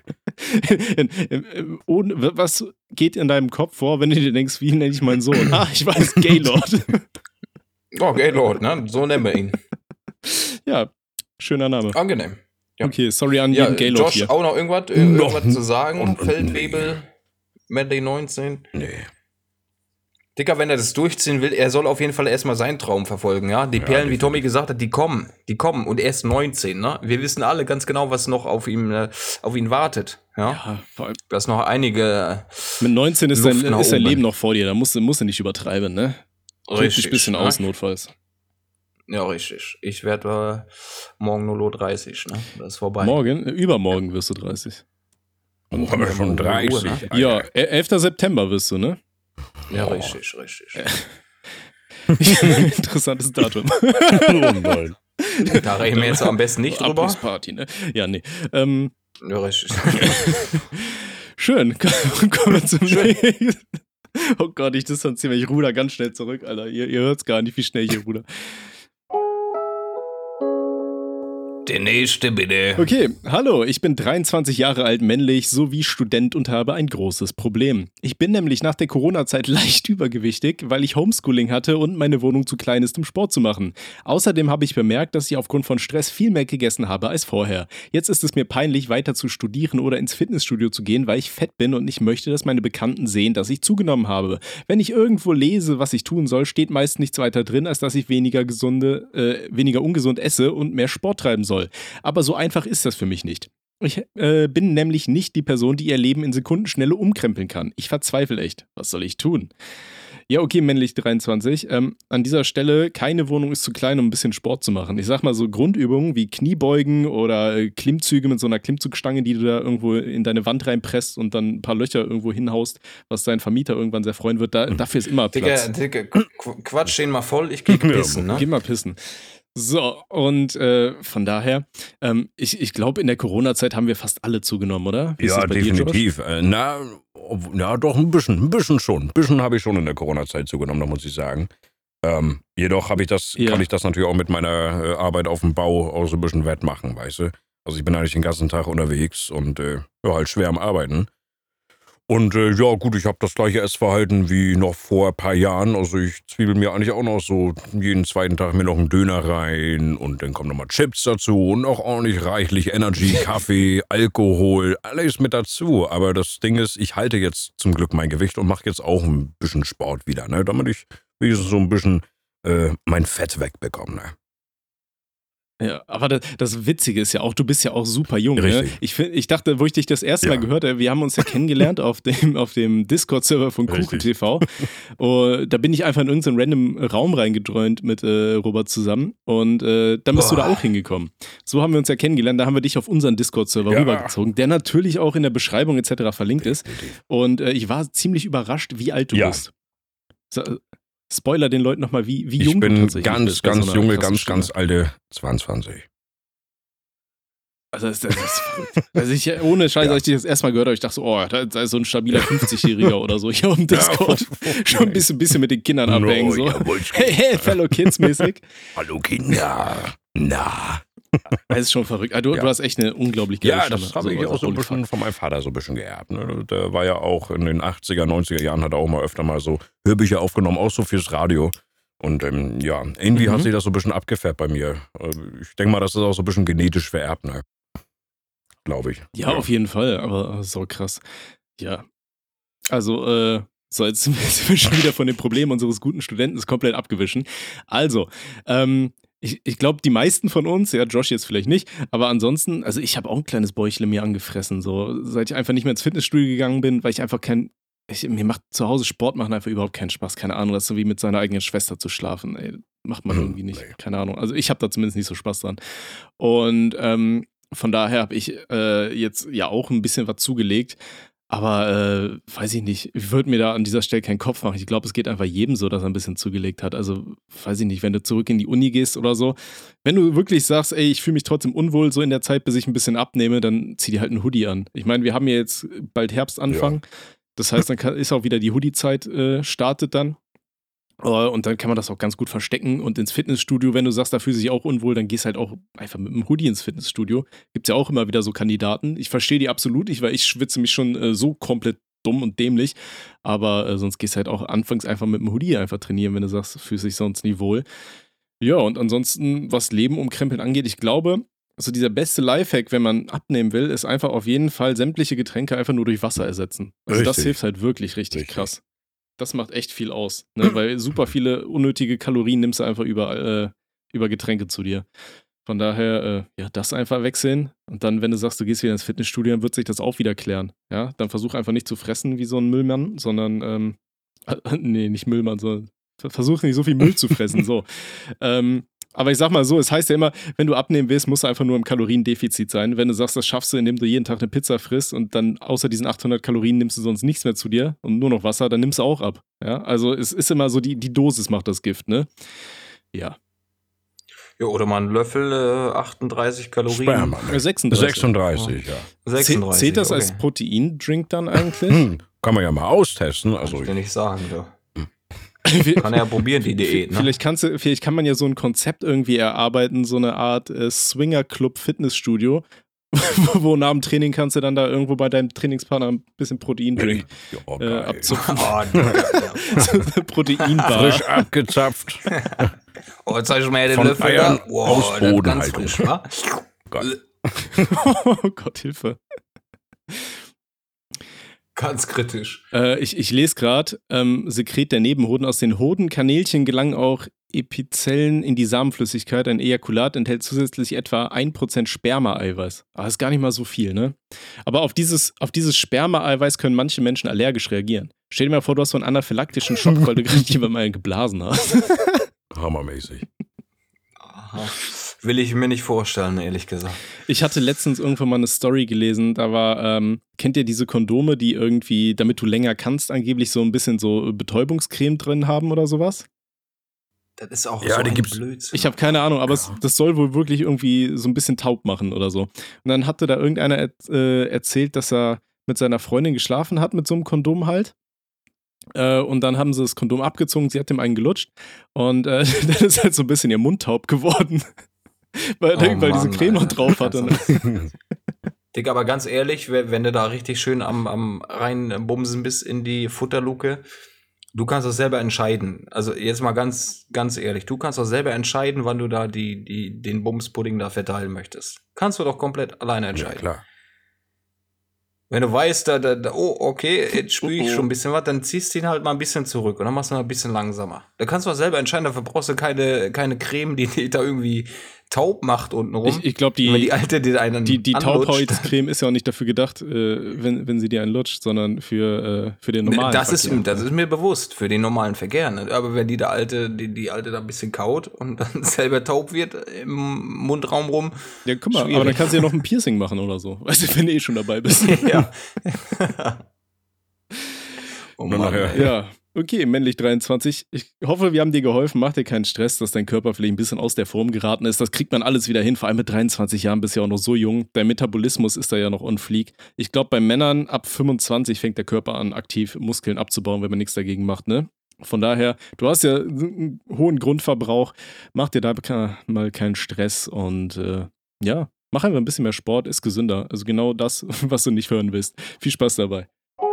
Was geht in deinem Kopf vor, wenn du dir denkst, wie nenne ich meinen Sohn? Ich weiß, Gaylord. Oh, Gaylord, ne? So nennen wir ihn. Ja, schöner Name. Angenehm. Ja. Okay, sorry an jeden Gaylord Josh, hier. auch noch irgendwas zu sagen? Feldwebel, Medley 19? Nee. Dicker, wenn er das durchziehen will, er soll auf jeden Fall erstmal seinen Traum verfolgen, ja? Die Perlen, wie Tommy gesagt hat, die kommen und er ist 19, ne? Wir wissen alle ganz genau, was noch auf ihn wartet, ja? Vor allem Da ist noch einige mit 19 ist Luft nach dein oben. Leben noch vor dir, da musst du nicht übertreiben, ne? Drück dich ein bisschen ne? aus, notfalls. Ja, richtig. Ich werde morgen nur 30, ne? Das ist vorbei. Übermorgen wirst du 30. Schon 30. ne? Alter. Ja, 11. September wirst du, ne? Ja, richtig. Interessantes Datum. Oh nein. Da reden wir jetzt am besten nicht drüber. Abrissparty, ne? Ja, nee. Ja, richtig. Schön. Kommen wir zum nächsten. Oh Gott, ich distanziere mich. Ich ruder ganz schnell zurück, Alter. Ihr hört's gar nicht, wie schnell ich hier ruder. Der nächste, bitte. Okay, hallo, ich bin 23 Jahre alt, männlich sowie Student und habe ein großes Problem. Ich bin nämlich nach der Corona-Zeit leicht übergewichtig, weil ich Homeschooling hatte und meine Wohnung zu klein ist, um Sport zu machen. Außerdem habe ich bemerkt, dass ich aufgrund von Stress viel mehr gegessen habe als vorher. Jetzt ist es mir peinlich, weiter zu studieren oder ins Fitnessstudio zu gehen, weil ich fett bin und nicht möchte, dass meine Bekannten sehen, dass ich zugenommen habe. Wenn ich irgendwo lese, was ich tun soll, steht meist nichts weiter drin, als dass ich weniger ungesund esse und mehr Sport treiben soll. Aber so einfach ist das für mich nicht. Ich bin nämlich nicht die Person, die ihr Leben in Sekundenschnelle umkrempeln kann. Ich verzweifle echt. Was soll ich tun? Ja, okay, männlich 23. An dieser Stelle, keine Wohnung ist zu klein, um ein bisschen Sport zu machen. Ich sag mal so Grundübungen wie Kniebeugen oder Klimmzüge mit so einer Klimmzugstange, die du da irgendwo in deine Wand reinpresst und dann ein paar Löcher irgendwo hinhaust, was dein Vermieter irgendwann sehr freuen wird. Dafür ist immer Platz. Digga, Quatsch den mal voll, ich geh pissen, ne? Geh mal pissen. So, und von daher, ich glaube, in der Corona-Zeit haben wir fast alle zugenommen, oder? Wie ist Ja, das bei dir, definitiv. Doch, ein bisschen schon. Ein bisschen habe ich schon in der Corona-Zeit zugenommen, da muss ich sagen. Jedoch kann ich das natürlich auch mit meiner Arbeit auf dem Bau auch so ein bisschen wettmachen, weißt du? Also ich bin eigentlich den ganzen Tag unterwegs und halt schwer am Arbeiten. Und ja gut, ich habe das gleiche Essverhalten wie noch vor ein paar Jahren. Also ich zwiebel mir eigentlich auch noch so jeden zweiten Tag mir noch einen Döner rein und dann kommen nochmal Chips dazu und auch ordentlich reichlich Energy, Kaffee, Alkohol, alles mit dazu. Aber das Ding ist, ich halte jetzt zum Glück mein Gewicht und mache jetzt auch ein bisschen Sport wieder, ne? Damit ich wenigstens so ein bisschen mein Fett wegbekomme, ne? Ja, aber das Witzige ist ja auch, du bist ja auch super jung. Ne? Richtig. Ich dachte, wo ich dich das erste Mal gehört habe, wir haben uns ja kennengelernt auf dem Discord-Server von KuchenTV. Da bin ich einfach in irgendeinen random Raum reingedröhnt mit Robert zusammen und dann bist du da auch hingekommen. So haben wir uns ja kennengelernt, da haben wir dich auf unseren Discord-Server rübergezogen, der natürlich auch in der Beschreibung etc. verlinkt ist. Und ich war ziemlich überrascht, wie alt du bist. Spoiler den Leuten nochmal, wie jung du tatsächlich bist. Ich bin ganz junge, ganz alte 22. Also das ist verrückt. Also ohne Scheiß, als ich dich das erstmal gehört habe, ich dachte so, da ist so ein stabiler 50-Jähriger oder so hier im Discord. Schon ein bisschen mit den Kindern abhängen. So. Hey, Fellow Kids mäßig. Hallo Kinder. Na. Das ist schon verrückt. Du hast echt eine unglaublich geile Stimme. Ja, das habe ich auch so ein bisschen von meinem Vater so ein bisschen geerbt. Ne? Der war ja auch in den 80er, 90er Jahren, hat er auch mal öfter mal so Hörbücher aufgenommen, auch so fürs Radio. Und irgendwie hat sich das so ein bisschen abgefärbt bei mir. Ich denke mal, das ist auch so ein bisschen genetisch vererbt, ne? Glaube ich. Ja, auf jeden Fall, aber so krass. Ja. Also, so, jetzt sind wir schon wieder von den Problemen unseres guten Studenten komplett abgewichen. Also, Ich glaube, die meisten von uns, ja, Josh jetzt vielleicht nicht, aber ansonsten, also ich habe auch ein kleines Bäuchle mir angefressen, so, seit ich einfach nicht mehr ins Fitnessstudio gegangen bin, weil ich einfach mir macht zu Hause Sport machen einfach überhaupt keinen Spaß, keine Ahnung, das ist so wie mit seiner eigenen Schwester zu schlafen, ey, macht man irgendwie nicht, keine Ahnung, also ich habe da zumindest nicht so Spaß dran und von daher habe ich jetzt ja auch ein bisschen was zugelegt. Aber weiß ich nicht, ich würde mir da an dieser Stelle keinen Kopf machen. Ich glaube, es geht einfach jedem so, dass er ein bisschen zugelegt hat. Also, weiß ich nicht, wenn du zurück in die Uni gehst oder so. Wenn du wirklich sagst, ey, ich fühle mich trotzdem unwohl, so in der Zeit, bis ich ein bisschen abnehme, dann zieh dir halt einen Hoodie an. Ich meine, wir haben ja jetzt bald Herbstanfang. Ja. Das heißt, dann ist auch wieder die Hoodie-Zeit startet dann. Und dann kann man das auch ganz gut verstecken und ins Fitnessstudio, wenn du sagst, da fühlst du dich auch unwohl, dann gehst halt auch einfach mit einem Hoodie ins Fitnessstudio. Gibt's ja auch immer wieder so Kandidaten. Ich verstehe die absolut nicht, weil ich schwitze mich schon so komplett dumm und dämlich. Aber sonst gehst du halt auch anfangs einfach mit einem Hoodie einfach trainieren, wenn du sagst, fühlst dich sonst nie wohl. Ja, und ansonsten, was Leben umkrempeln angeht, ich glaube, also dieser beste Lifehack, wenn man abnehmen will, ist einfach auf jeden Fall sämtliche Getränke einfach nur durch Wasser ersetzen. Also das hilft halt wirklich richtig krass. Das macht echt viel aus, ne? Weil super viele unnötige Kalorien nimmst du einfach über Getränke zu dir. Von daher, ja, das einfach wechseln. Und dann, wenn du sagst, du gehst wieder ins Fitnessstudio, dann wird sich das auch wieder klären. Ja, dann versuch einfach nicht zu fressen wie so ein Müllmann, sondern, nee, nicht Müllmann, sondern versuch nicht so viel Müll zu fressen, so. Aber ich sag mal so, es heißt ja immer, wenn du abnehmen willst, musst du einfach nur im Kaloriendefizit sein. Wenn du sagst, das schaffst du, indem du jeden Tag eine Pizza frisst und dann außer diesen 800 Kalorien nimmst du sonst nichts mehr zu dir und nur noch Wasser, dann nimmst du auch ab. Ja, also es ist immer so, die Dosis macht das Gift, ne? Ja. Ja, oder mal einen Löffel 38 Kalorien. Sperma, ne? 36, ja. 36, zählt das als Proteindrink dann eigentlich? Kann man ja mal austesten. Also, kann ich dir nicht sagen, ja. Kann er ja probieren, die Diät. Ne? Vielleicht kann man ja so ein Konzept irgendwie erarbeiten, so eine Art Swinger-Club-Fitnessstudio, wo nach dem Training kannst du dann da irgendwo bei deinem Trainingspartner ein bisschen Proteindrink abzupfen. Proteinbar. Frisch abgezapft. Jetzt zeig ich mal den Von Löffel Eiern da. Wow, aus Bodenhaltung. Frisch, wa? Oh Gott, Hilfe. Ganz kritisch. Ich lese gerade, Sekret der Nebenhoden. Aus den Hodenkanälchen gelangen auch Epizellen in die Samenflüssigkeit. Ein Ejakulat enthält zusätzlich etwa 1% Sperma-Eiweiß. Aber das ist gar nicht mal so viel, ne? Aber auf dieses Sperma-Eiweiß können manche Menschen allergisch reagieren. Stell dir mal vor, du hast so einen anaphylaktischen Schock, weil du gerade jemand mal geblasen hast. Hammermäßig. Aha. Will ich mir nicht vorstellen, ehrlich gesagt. Ich hatte letztens irgendwann mal eine Story gelesen, da war, kennt ihr diese Kondome, die irgendwie, damit du länger kannst, angeblich so ein bisschen so Betäubungscreme drin haben oder sowas? Das ist auch ja, so ein gibt's. Blödsinn. Ich habe keine Ahnung, aber das soll wohl wirklich irgendwie so ein bisschen taub machen oder so. Und dann hatte da irgendeiner erzählt, dass er mit seiner Freundin geschlafen hat mit so einem Kondom halt. Und dann haben sie das Kondom abgezogen, sie hat dem einen gelutscht und dann ist halt so ein bisschen ihr Mund taub geworden. weil diese Creme noch drauf hatte. Digga, aber ganz ehrlich, wenn du da richtig schön am reinbumsen bist in die Futterluke, du kannst das selber entscheiden. Also jetzt mal ganz, ganz ehrlich, du kannst doch selber entscheiden, wann du da den Bumspudding da verteilen möchtest. Kannst du doch komplett alleine entscheiden. Ja, klar. Wenn du weißt, oh, okay, jetzt spüre ich schon ein bisschen was, dann ziehst du ihn halt mal ein bisschen zurück und dann machst du mal ein bisschen langsamer. Da kannst du auch selber entscheiden, dafür brauchst du keine Creme, die da irgendwie taub macht untenrum. Ich glaube, die Taubholzcreme ist ja auch nicht dafür gedacht, wenn sie dir einen lutscht, sondern für den normalen Verkehr. Das ist mir bewusst, für den normalen Verkehr. Ne? Aber wenn die Alte da ein bisschen kaut und dann selber taub wird im Mundraum rum. Ja, guck mal, aber dann kannst du ja noch ein Piercing machen oder so. Weißt du, wenn du schon dabei bist. Ja. Oh Mann. Ja. Okay, männlich 23. Ich hoffe, wir haben dir geholfen. Mach dir keinen Stress, dass dein Körper vielleicht ein bisschen aus der Form geraten ist. Das kriegt man alles wieder hin. Vor allem mit 23 Jahren bist du ja auch noch so jung. Dein Metabolismus ist da ja noch on fleek. Ich glaube, bei Männern ab 25 fängt der Körper an, aktiv Muskeln abzubauen, wenn man nichts dagegen macht, ne? Von daher, du hast ja einen hohen Grundverbrauch. Mach dir da mal keinen Stress und ja, mach einfach ein bisschen mehr Sport, ist gesünder. Also genau das, was du nicht hören willst. Viel Spaß dabei.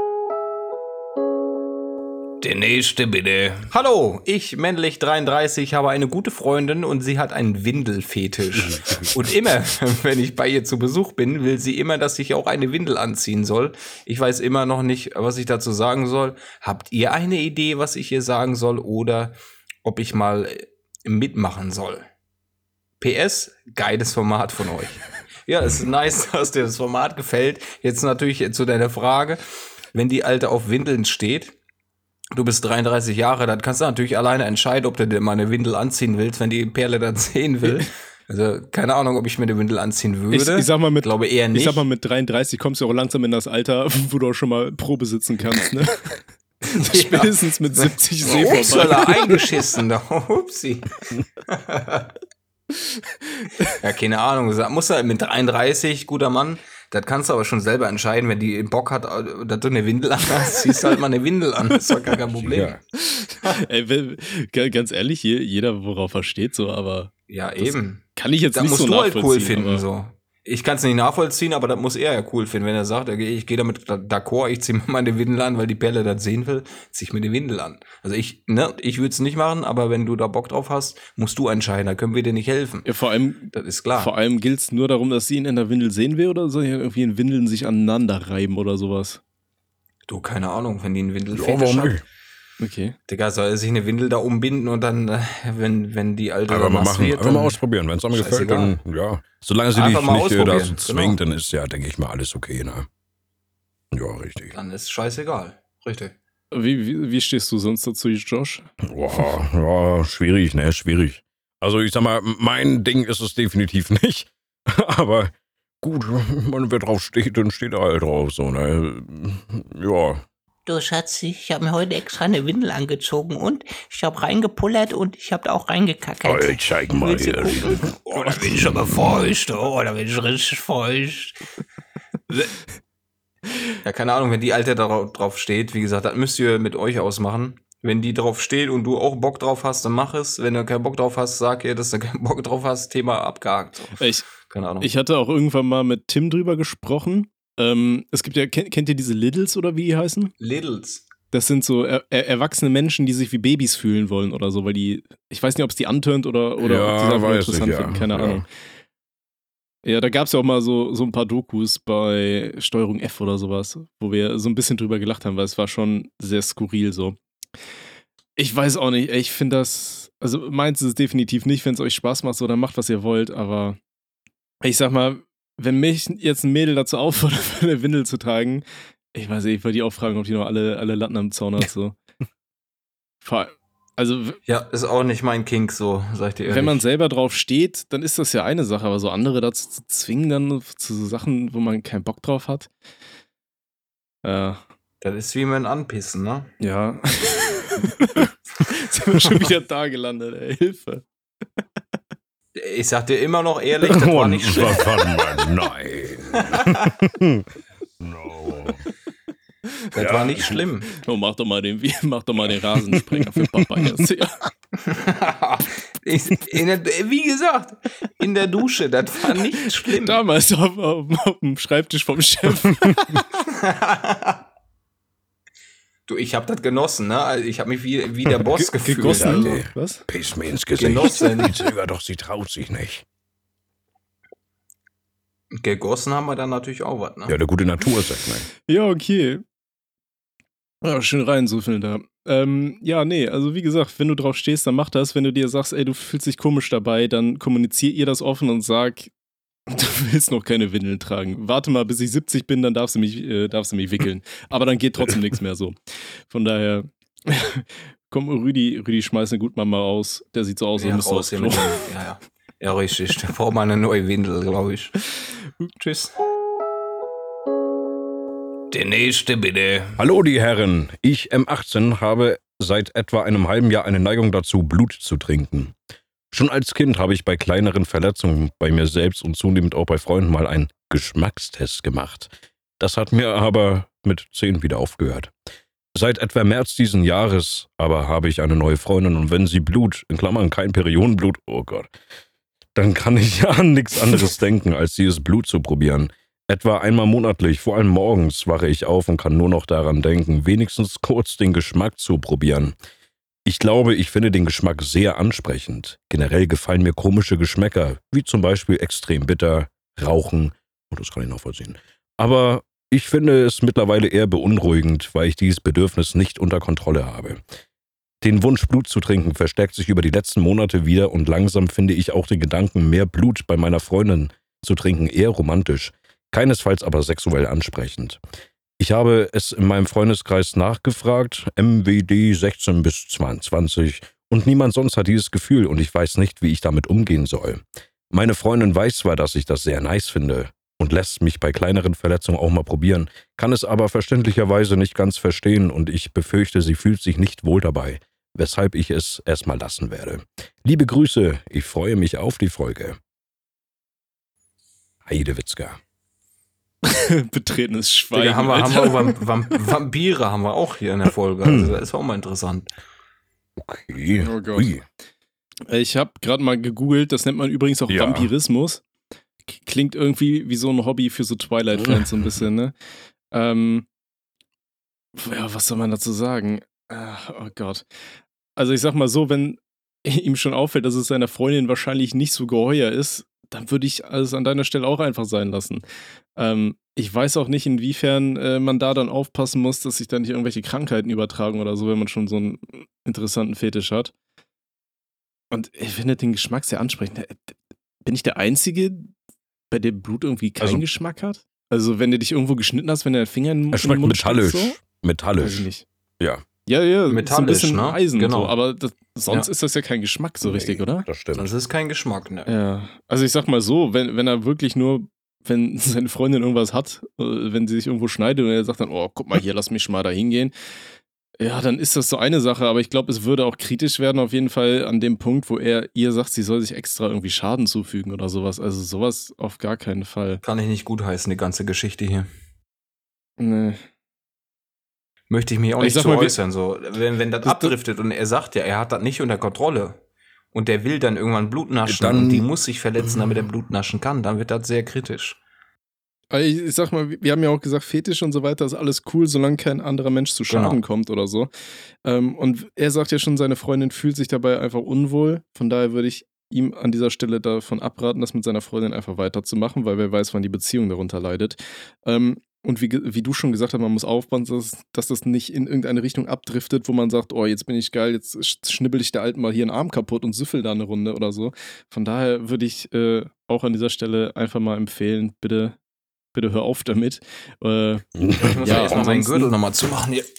Der nächste bitte. Hallo, ich, männlich 33, habe eine gute Freundin und sie hat einen Windelfetisch. Und immer, wenn ich bei ihr zu Besuch bin, will sie immer, dass ich auch eine Windel anziehen soll. Ich weiß immer noch nicht, was ich dazu sagen soll. Habt ihr eine Idee, was ich ihr sagen soll oder ob ich mal mitmachen soll? PS, geiles Format von euch. Ja, es ist nice, dass dir das Format gefällt. Jetzt natürlich zu deiner Frage, wenn die Alte auf Windeln steht, du bist 33 Jahre, dann kannst du natürlich alleine entscheiden, ob du dir mal eine Windel anziehen willst, wenn die Perle dann sehen will. Also keine Ahnung, ob ich mir eine Windel anziehen würde. Ich sag mal, glaube eher nicht. Ich sag mal, mit 33 kommst du auch langsam in das Alter, wo du auch schon mal Probe sitzen kannst, ne? Spätestens mit 70 See vorbei. Upsala, eingeschissen, da Upsi. Ja, keine Ahnung. Muss er mit 33, guter Mann, das kannst du aber schon selber entscheiden, wenn die Bock hat, dass du eine Windel an hast, ziehst halt mal eine Windel an. Das ist doch gar kein Problem. Ja. Ey, ganz ehrlich, jeder worauf er steht, so, aber. Ja, eben. Kann ich jetzt Das nicht musst so du halt nachvollziehen. cool finden, so. Ich kann es nicht nachvollziehen, aber das muss er ja cool finden. Wenn er sagt, okay, ich gehe damit d'accord, ich ziehe mir meine Windel an, weil die Perle das sehen will, ziehe ich mir die Windel an. Also ich würde es nicht machen, aber wenn du da Bock drauf hast, musst du entscheiden, da können wir dir nicht helfen. Ja, vor allem, das ist klar. Vor allem gilt es nur darum, dass sie ihn in der Windel sehen will, oder soll ich irgendwie in Windeln sich aneinander reiben oder sowas? Du, keine Ahnung, wenn die einen Windel Warum hat. nicht? Okay. Digga, soll er sich eine Windel da umbinden und dann, wenn die Alte Einfach mal nass machen, wird, einfach mal dann- ausprobieren. Wenn es einem gefällt, Scheißegal. dann ja. Solange sie dich Einfach mal nicht dazu ausprobieren, zwingt, genau. dann ist ja, denke ich mal, alles okay, ne? Ja, richtig. Dann ist scheißegal. Richtig. Wie stehst du sonst dazu, Josh? Boah, ja, schwierig, ne? Schwierig. Also ich sag mal, mein Ding ist es definitiv nicht. Aber gut, wer drauf steht, dann steht er halt drauf, so, ne? Ja. Du Schatzi, ich habe mir heute extra eine Windel angezogen und ich habe reingepullert und ich habe da auch reingekackert. Oh, zeig mal Willst du hier. gucken? Oh, da bin ich aber feucht, oh, da bin ich richtig feucht. Ja, keine Ahnung, wenn die Alte da drauf steht, wie gesagt, das müsst ihr mit euch ausmachen. Wenn die drauf steht und du auch Bock drauf hast, dann mach es. Wenn du keinen Bock drauf hast, sag ihr, dass du keinen Bock drauf hast, Thema abgehakt. Keine Ahnung. Ich hatte auch irgendwann mal mit Tim drüber gesprochen. Es gibt ja, kennt ihr diese Liddles oder wie die heißen? Littles. Das sind so erwachsene Menschen, die sich wie Babys fühlen wollen oder so, weil die, ich weiß nicht, ob es die antönt oder Ja, ob die es einfach weiß interessant ich, ja. finden, keine Ja. Ahnung. Ja, da gab es ja auch mal so ein paar Dokus bei Steuerung F oder sowas, wo wir so ein bisschen drüber gelacht haben, weil es war schon sehr skurril so. Ich weiß auch nicht, ich finde das, also meins ist es definitiv nicht, wenn es euch Spaß macht, so dann macht, was ihr wollt, aber ich sag mal, wenn mich jetzt ein Mädel dazu auffordert, eine Windel zu tragen, ich weiß nicht, ich würde die auch fragen, ob die noch alle Latten am Zaun hat, so. Also, Ja, ist auch nicht mein Kink, so, sag ich dir ehrlich. wenn man selber drauf steht, dann ist das ja eine Sache, aber so andere dazu zu zwingen, dann zu so Sachen, wo man keinen Bock drauf hat. Das ist wie mit dem Anpissen, ne? Ja. Sind wir schon wieder da gelandet, ey. Hilfe. Ich sag dir immer noch ehrlich, das war nicht schlimm. Warte mal, nein. No. Das war nicht schlimm. Oh, mach doch mal den Rasensprenger für Papa jetzt. Ja. Wie gesagt, in der Dusche, das war nicht schlimm. Damals auf dem Schreibtisch vom Chef. Du, ich hab das genossen, ne? Also ich habe mich wie der Boss gefühlt. Gegossen? Also. Was? Piss mir ins Gesicht. Genossen. Die zögert doch, sie traut sich nicht. Gegossen haben wir dann natürlich auch was, ne? Ja, der gute Natur sagt nein. Ja, okay. Ja, schön reinsuffeln da. Ja, nee, also wie gesagt, wenn du drauf stehst, dann mach das. Wenn du dir sagst, ey, du fühlst dich komisch dabei, dann kommunizier ihr das offen und sag, du willst noch keine Windeln tragen. Warte mal, bis ich 70 bin, dann darfst du mich wickeln. Aber dann geht trotzdem nichts mehr so. Von daher, komm, Rüdi schmeiß eine Gutmama aus. Der sieht so aus, als müsste aufs raus hier Klo. mit dem, ja. Ja, richtig. Da braucht man eine neue Windel, glaube ich. Tschüss. Der nächste, bitte. Hallo, die Herren. Ich, M18, habe seit etwa einem halben Jahr eine Neigung dazu, Blut zu trinken. Schon als Kind habe ich bei kleineren Verletzungen bei mir selbst und zunehmend auch bei Freunden mal einen Geschmackstest gemacht. Das hat mir aber mit 10 wieder aufgehört. Seit etwa März diesen Jahres aber habe ich eine neue Freundin und wenn sie Blut, in Klammern kein Periodenblut, oh Gott, dann kann ich ja an nichts anderes denken, als dieses Blut zu probieren. Etwa einmal monatlich, vor allem morgens, wache ich auf und kann nur noch daran denken, wenigstens kurz den Geschmack zu probieren. Ich glaube, ich finde den Geschmack sehr ansprechend. Generell gefallen mir komische Geschmäcker, wie zum Beispiel extrem bitter, Rauchen, und das kann ich nachvollziehen. Aber ich finde es mittlerweile eher beunruhigend, weil ich dieses Bedürfnis nicht unter Kontrolle habe. Den Wunsch, Blut zu trinken, verstärkt sich über die letzten Monate wieder und langsam finde ich auch den Gedanken, mehr Blut bei meiner Freundin zu trinken, eher romantisch, keinesfalls aber sexuell ansprechend. Ich habe es in meinem Freundeskreis nachgefragt, MWD 16 bis 22, und niemand sonst hat dieses Gefühl und ich weiß nicht, wie ich damit umgehen soll. Meine Freundin weiß zwar, dass ich das sehr nice finde und lässt mich bei kleineren Verletzungen auch mal probieren, kann es aber verständlicherweise nicht ganz verstehen und ich befürchte, sie fühlt sich nicht wohl dabei, weshalb ich es erstmal lassen werde. Liebe Grüße, ich freue mich auf die Folge. Heidewitzka. Betretenes Schweigen. Digga, haben wir auch Vampire haben wir auch hier in der Folge. Also das ist auch mal interessant. Okay. Oh Gott. Ui. Ich habe gerade mal gegoogelt, das nennt man übrigens auch Ja. Vampirismus. Klingt irgendwie wie so ein Hobby für so Twilight-Fans so ein bisschen, ne? Ja, was soll man dazu sagen? Oh Gott. Also ich sag mal so, wenn ihm schon auffällt, dass es seiner Freundin wahrscheinlich nicht so geheuer ist, dann würde ich alles an deiner Stelle auch einfach sein lassen. Ich weiß auch nicht, inwiefern man da dann aufpassen muss, dass sich da nicht irgendwelche Krankheiten übertragen oder so, wenn man schon so einen interessanten Fetisch hat. Und ich finde den Geschmack sehr ansprechend. Bin ich der Einzige, bei dem Blut irgendwie keinen Geschmack hat? Also wenn du dich irgendwo geschnitten hast, wenn der Finger in Es den schmeckt Mund metallisch. steckt, so? Metallisch. Weiß ich nicht. Ja. Ja, Metallisch, so ein bisschen ne? Eisen, Genau. so, aber sonst ist das ja kein Geschmack so richtig, oder? Das stimmt. Das ist kein Geschmack, ne? Ja, also ich sag mal so, wenn er wirklich nur, wenn seine Freundin irgendwas hat, wenn sie sich irgendwo schneidet und er sagt dann, oh, guck mal hier, lass mich schon mal da hingehen, ja, dann ist das so eine Sache, aber ich glaube, es würde auch kritisch werden auf jeden Fall an dem Punkt, wo er ihr sagt, sie soll sich extra irgendwie Schaden zufügen oder sowas. Also sowas auf gar keinen Fall. Kann ich nicht gutheißen, die ganze Geschichte hier. Nee. Möchte ich mich auch Ich nicht sag zu mal, äußern. So. Wenn das abdriftet und er sagt ja, er hat das nicht unter Kontrolle und der will dann irgendwann Blut naschen Dann- und die muss sich verletzen, damit er Blut naschen kann, dann wird das sehr kritisch. Aber ich sag mal, wir haben ja auch gesagt, Fetisch und so weiter ist alles cool, solange kein anderer Mensch zu Schaden kommt oder so. Und er sagt ja schon, seine Freundin fühlt sich dabei einfach unwohl. Von daher würde ich ihm an dieser Stelle davon abraten, das mit seiner Freundin einfach weiterzumachen, weil wer weiß, wann die Beziehung darunter leidet. Und wie du schon gesagt hast, man muss aufpassen, dass das nicht in irgendeine Richtung abdriftet, wo man sagt, oh, jetzt bin ich geil, jetzt schnibbel ich der Alten mal hier einen Arm kaputt und süffel da eine Runde oder so. Von daher würde ich auch an dieser Stelle einfach mal empfehlen, bitte hör auf damit. Ich muss ja erstmal meinen Gürtel nochmal zumachen hier.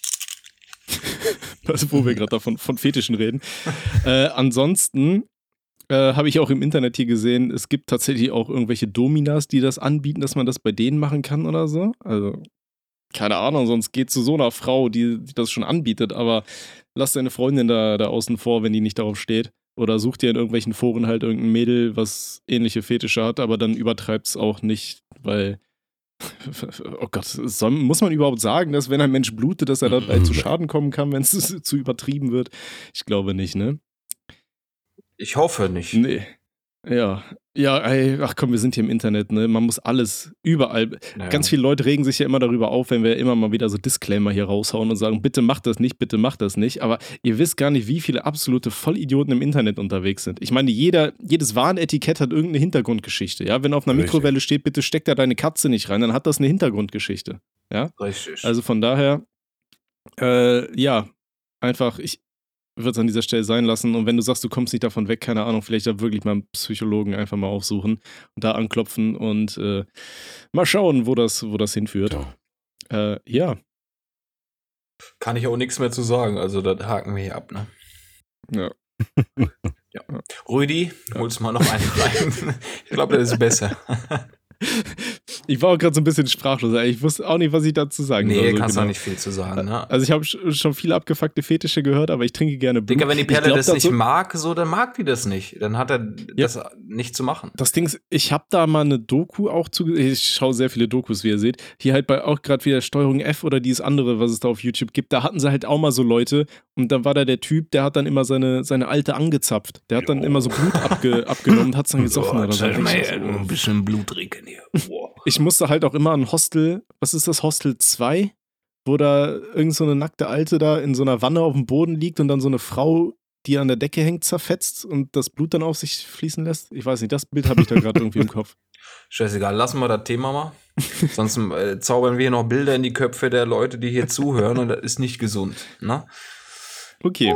Also, wo wir gerade von Fetischen reden. Ansonsten habe ich auch im Internet hier gesehen, es gibt tatsächlich auch irgendwelche Dominas, die das anbieten, dass man das bei denen machen kann oder so. Also, keine Ahnung, sonst geht zu so einer Frau, die das schon anbietet, aber lass deine Freundin da außen vor, wenn die nicht darauf steht. Oder such dir in irgendwelchen Foren halt irgendein Mädel, was ähnliche Fetische hat, aber dann übertreibt's auch nicht, weil, oh Gott, muss man überhaupt sagen, dass wenn ein Mensch blutet, dass er dabei zu Schaden kommen kann, wenn es zu übertrieben wird? Ich glaube nicht, ne? Ich hoffe nicht. Nee. Ja, ey, ach komm, wir sind hier im Internet, ne? Man muss alles, überall. Ja. Ganz viele Leute regen sich ja immer darüber auf, wenn wir immer mal wieder so Disclaimer hier raushauen und sagen, bitte macht das nicht, bitte macht das nicht. Aber ihr wisst gar nicht, wie viele absolute Vollidioten im Internet unterwegs sind. Ich meine, jedes Warnetikett hat irgendeine Hintergrundgeschichte, ja? Wenn auf einer Richtig. Mikrowelle steht, bitte steckt da deine Katze nicht rein, dann hat das eine Hintergrundgeschichte, ja? Richtig. Also von daher, ja, einfach, ich würde es an dieser Stelle sein lassen. Und wenn du sagst, du kommst nicht davon weg, keine Ahnung, vielleicht da wirklich mal einen Psychologen einfach mal aufsuchen und da anklopfen und mal schauen, wo das hinführt. Ja. Kann ich auch nichts mehr zu sagen, also das haken wir hier ab, ne? Ja. Ja. Rüdi, holst mal noch einen rein. Ich glaube, das ist besser. Ich war auch gerade so ein bisschen sprachlos. Ich wusste auch nicht, was ich dazu sagen soll. Nee, so kannst genau. auch nicht viel zu sagen, ne? Also ich habe schon viele abgefuckte Fetische gehört, aber ich trinke gerne Blut. Digga, wenn die Ich Perle glaub, das dazu- nicht mag, so, dann mag die das nicht. Dann hat er das nicht zu machen. Das Ding ist, ich habe da mal eine Doku auch ich schaue sehr viele Dokus, wie ihr seht. Hier halt bei auch gerade wieder Steuerung F oder dieses andere, was es da auf YouTube gibt. Da hatten sie halt auch mal so Leute und dann war da der Typ, der hat dann immer seine Alte angezapft. Der hat dann immer so Blut abgenommen und hat es dann gesoffen oder so. Ein bisschen Blut trinken hier. Ich musste halt auch immer an Hostel, was ist das, Hostel 2? Wo da irgend so eine nackte Alte da in so einer Wanne auf dem Boden liegt und dann so eine Frau, die an der Decke hängt, zerfetzt und das Blut dann auf sich fließen lässt. Ich weiß nicht, das Bild habe ich da gerade irgendwie im Kopf. Scheißegal, lassen wir das Thema mal. Sonst zaubern wir hier noch Bilder in die Köpfe der Leute, die hier zuhören und das ist nicht gesund, ne? Okay.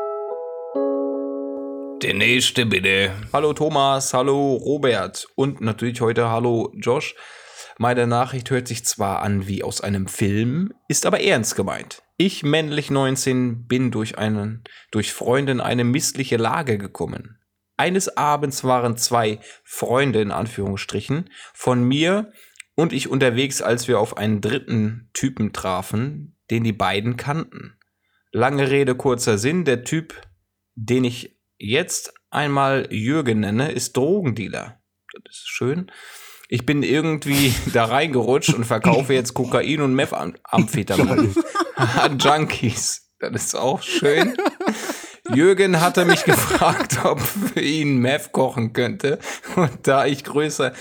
Der nächste bitte. Hallo Thomas, hallo Robert und natürlich heute hallo Josh. Meine Nachricht hört sich zwar an wie aus einem Film, ist aber ernst gemeint. Ich, männlich 19, bin durch Freunde in eine missliche Lage gekommen. Eines Abends waren 2 Freunde in Anführungsstrichen von mir und ich unterwegs, als wir auf einen dritten Typen trafen, den die beiden kannten. Lange Rede, kurzer Sinn, der Typ, den ich jetzt einmal Jürgen nenne, ist Drogendealer. Das ist schön. Ich bin irgendwie da reingerutscht und verkaufe jetzt Kokain und Methamphetamin an Junkies. Das ist auch schön. Jürgen hatte mich gefragt, ob für ihn Meth kochen könnte. Und da ich größer,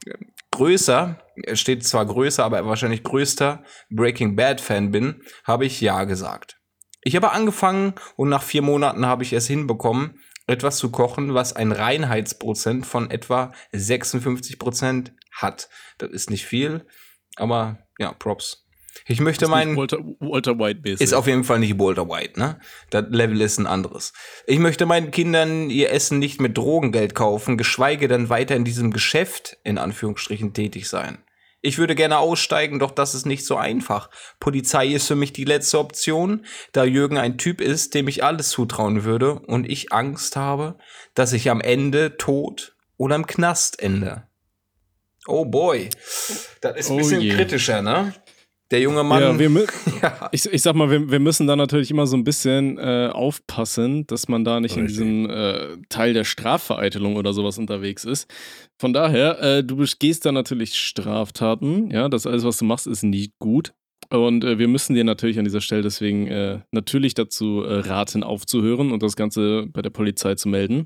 er steht zwar größer, aber wahrscheinlich größter Breaking Bad Fan bin, habe ich ja gesagt. Ich habe angefangen und nach 4 Monaten habe ich es hinbekommen, etwas zu kochen, was ein Reinheitsprozent von etwa 56% hat. Das ist nicht viel, aber ja, Props. Ich möchte meinen... Walter White mäßig. Ist auf jeden Fall nicht Walter White, ne? Das Level ist ein anderes. Ich möchte meinen Kindern ihr Essen nicht mit Drogengeld kaufen, geschweige denn weiter in diesem Geschäft, in Anführungsstrichen, tätig sein. Ich würde gerne aussteigen, doch das ist nicht so einfach. Polizei ist für mich die letzte Option, da Jürgen ein Typ ist, dem ich alles zutrauen würde und ich Angst habe, dass ich am Ende tot oder im Knast ende. Oh boy, das ist ein bisschen kritischer, ne? Der junge Mann. Ja, ich sag mal, wir müssen da natürlich immer so ein bisschen aufpassen, dass man da nicht in diesem Teil der Strafvereitelung oder sowas unterwegs ist. Von daher, du begehst da natürlich Straftaten. Ja, das alles, was du machst, ist nicht gut. Und wir müssen dir natürlich an dieser Stelle deswegen natürlich dazu raten, aufzuhören und das Ganze bei der Polizei zu melden.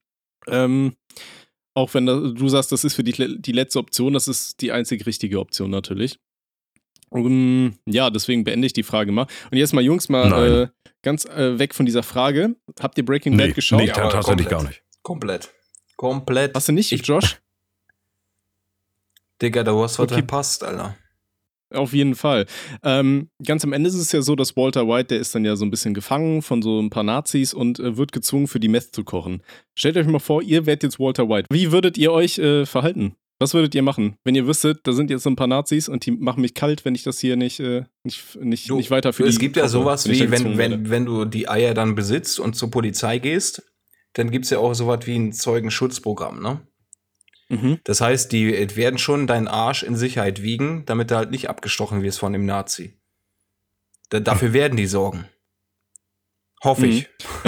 Auch wenn du sagst, das ist für dich die letzte Option, das ist die einzig richtige Option natürlich. Ja, deswegen beende ich die Frage mal. Und jetzt mal, Jungs, mal ganz weg von dieser Frage. Habt ihr Breaking Bad geschaut? Nee, tatsächlich gar nicht. Komplett. Hast du nicht, Josh? Digga, du hast was verpasst, Alter. Auf jeden Fall. Ganz am Ende ist es ja so, dass Walter White, der ist dann ja so ein bisschen gefangen von so ein paar Nazis und wird gezwungen, für die Meth zu kochen. Stellt euch mal vor, ihr wärt jetzt Walter White. Wie würdet ihr euch verhalten? Was würdet ihr machen, wenn ihr wüsstet, da sind jetzt so ein paar Nazis und die machen mich kalt, wenn ich das hier nicht weiter für die... Es gibt ja sowas wie, wenn du die Eier dann besitzt und zur Polizei gehst, dann gibt es ja auch sowas wie ein Zeugenschutzprogramm, ne? Mhm. Das heißt, die werden schon deinen Arsch in Sicherheit wiegen, damit du halt nicht abgestochen wirst von dem Nazi. Dafür werden die sorgen. Hoffe ich.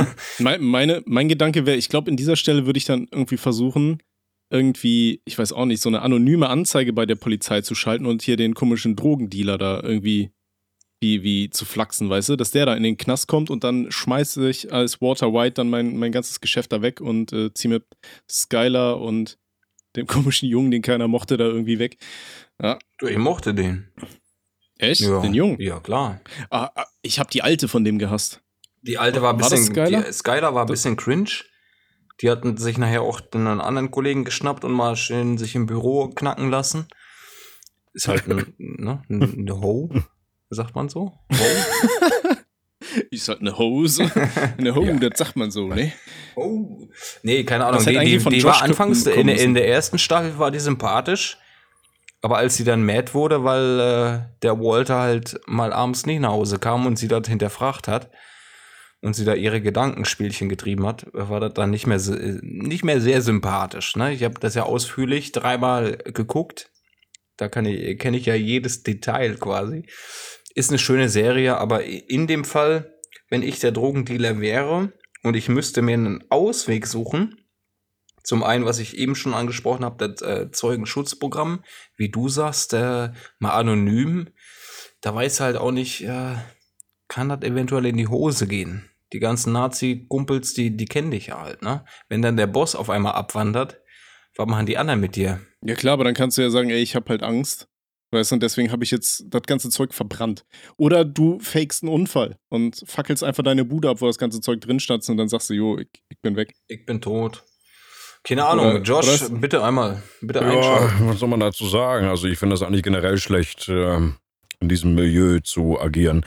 Mein Gedanke wäre, ich glaube, in dieser Stelle würde ich dann irgendwie versuchen, ich weiß auch nicht, so eine anonyme Anzeige bei der Polizei zu schalten und hier den komischen Drogendealer da irgendwie wie zu flachsen, weißt du? Dass der da in den Knast kommt und dann schmeiße ich als Walter White dann mein ganzes Geschäft da weg und ziehe mit Skylar und dem komischen Jungen, den keiner mochte, da irgendwie weg. Ja. Ich mochte den. Echt? Ja. Den Jungen? Ja, klar. Ich habe die alte von dem gehasst. Die alte war ein bisschen... Skylar? Skylar war ein bisschen cringe. Die hatten sich nachher auch einen anderen Kollegen geschnappt und mal schön sich im Büro knacken lassen. Ist halt eine Ho, sagt man so? Ho? Ist halt eine Hose. Eine Ho, das sagt man so, ne? Oh. Nee, keine Ahnung. Die war anfangs, in der ersten Staffel war die sympathisch. Aber als sie dann mad wurde, weil der Walter halt mal abends nicht nach Hause kam und sie dort hinterfragt hat, und sie da ihre Gedankenspielchen getrieben hat, war das dann nicht mehr sehr sympathisch. Ne? Ich habe das ja ausführlich 3-mal geguckt. Da kenne ich ja jedes Detail quasi. Ist eine schöne Serie, aber in dem Fall, wenn ich der Drogendealer wäre und ich müsste mir einen Ausweg suchen, zum einen, was ich eben schon angesprochen habe, das Zeugenschutzprogramm, wie du sagst, mal anonym, da weiß halt auch nicht, kann das eventuell in die Hose gehen. Die ganzen Nazi-Kumpels, die kennen dich ja halt, ne? Wenn dann der Boss auf einmal abwandert, was machen die anderen mit dir? Ja klar, aber dann kannst du ja sagen, ey, ich hab halt Angst. Weißt du, und deswegen habe ich jetzt das ganze Zeug verbrannt. Oder du fakest einen Unfall und fackelst einfach deine Bude ab, wo das ganze Zeug drin stand und dann sagst du, jo, ich bin weg. Ich bin tot. Keine Ahnung, Josh, bitte einschauen. Was soll man dazu sagen? Also ich finde das eigentlich generell schlecht, in diesem Milieu zu agieren.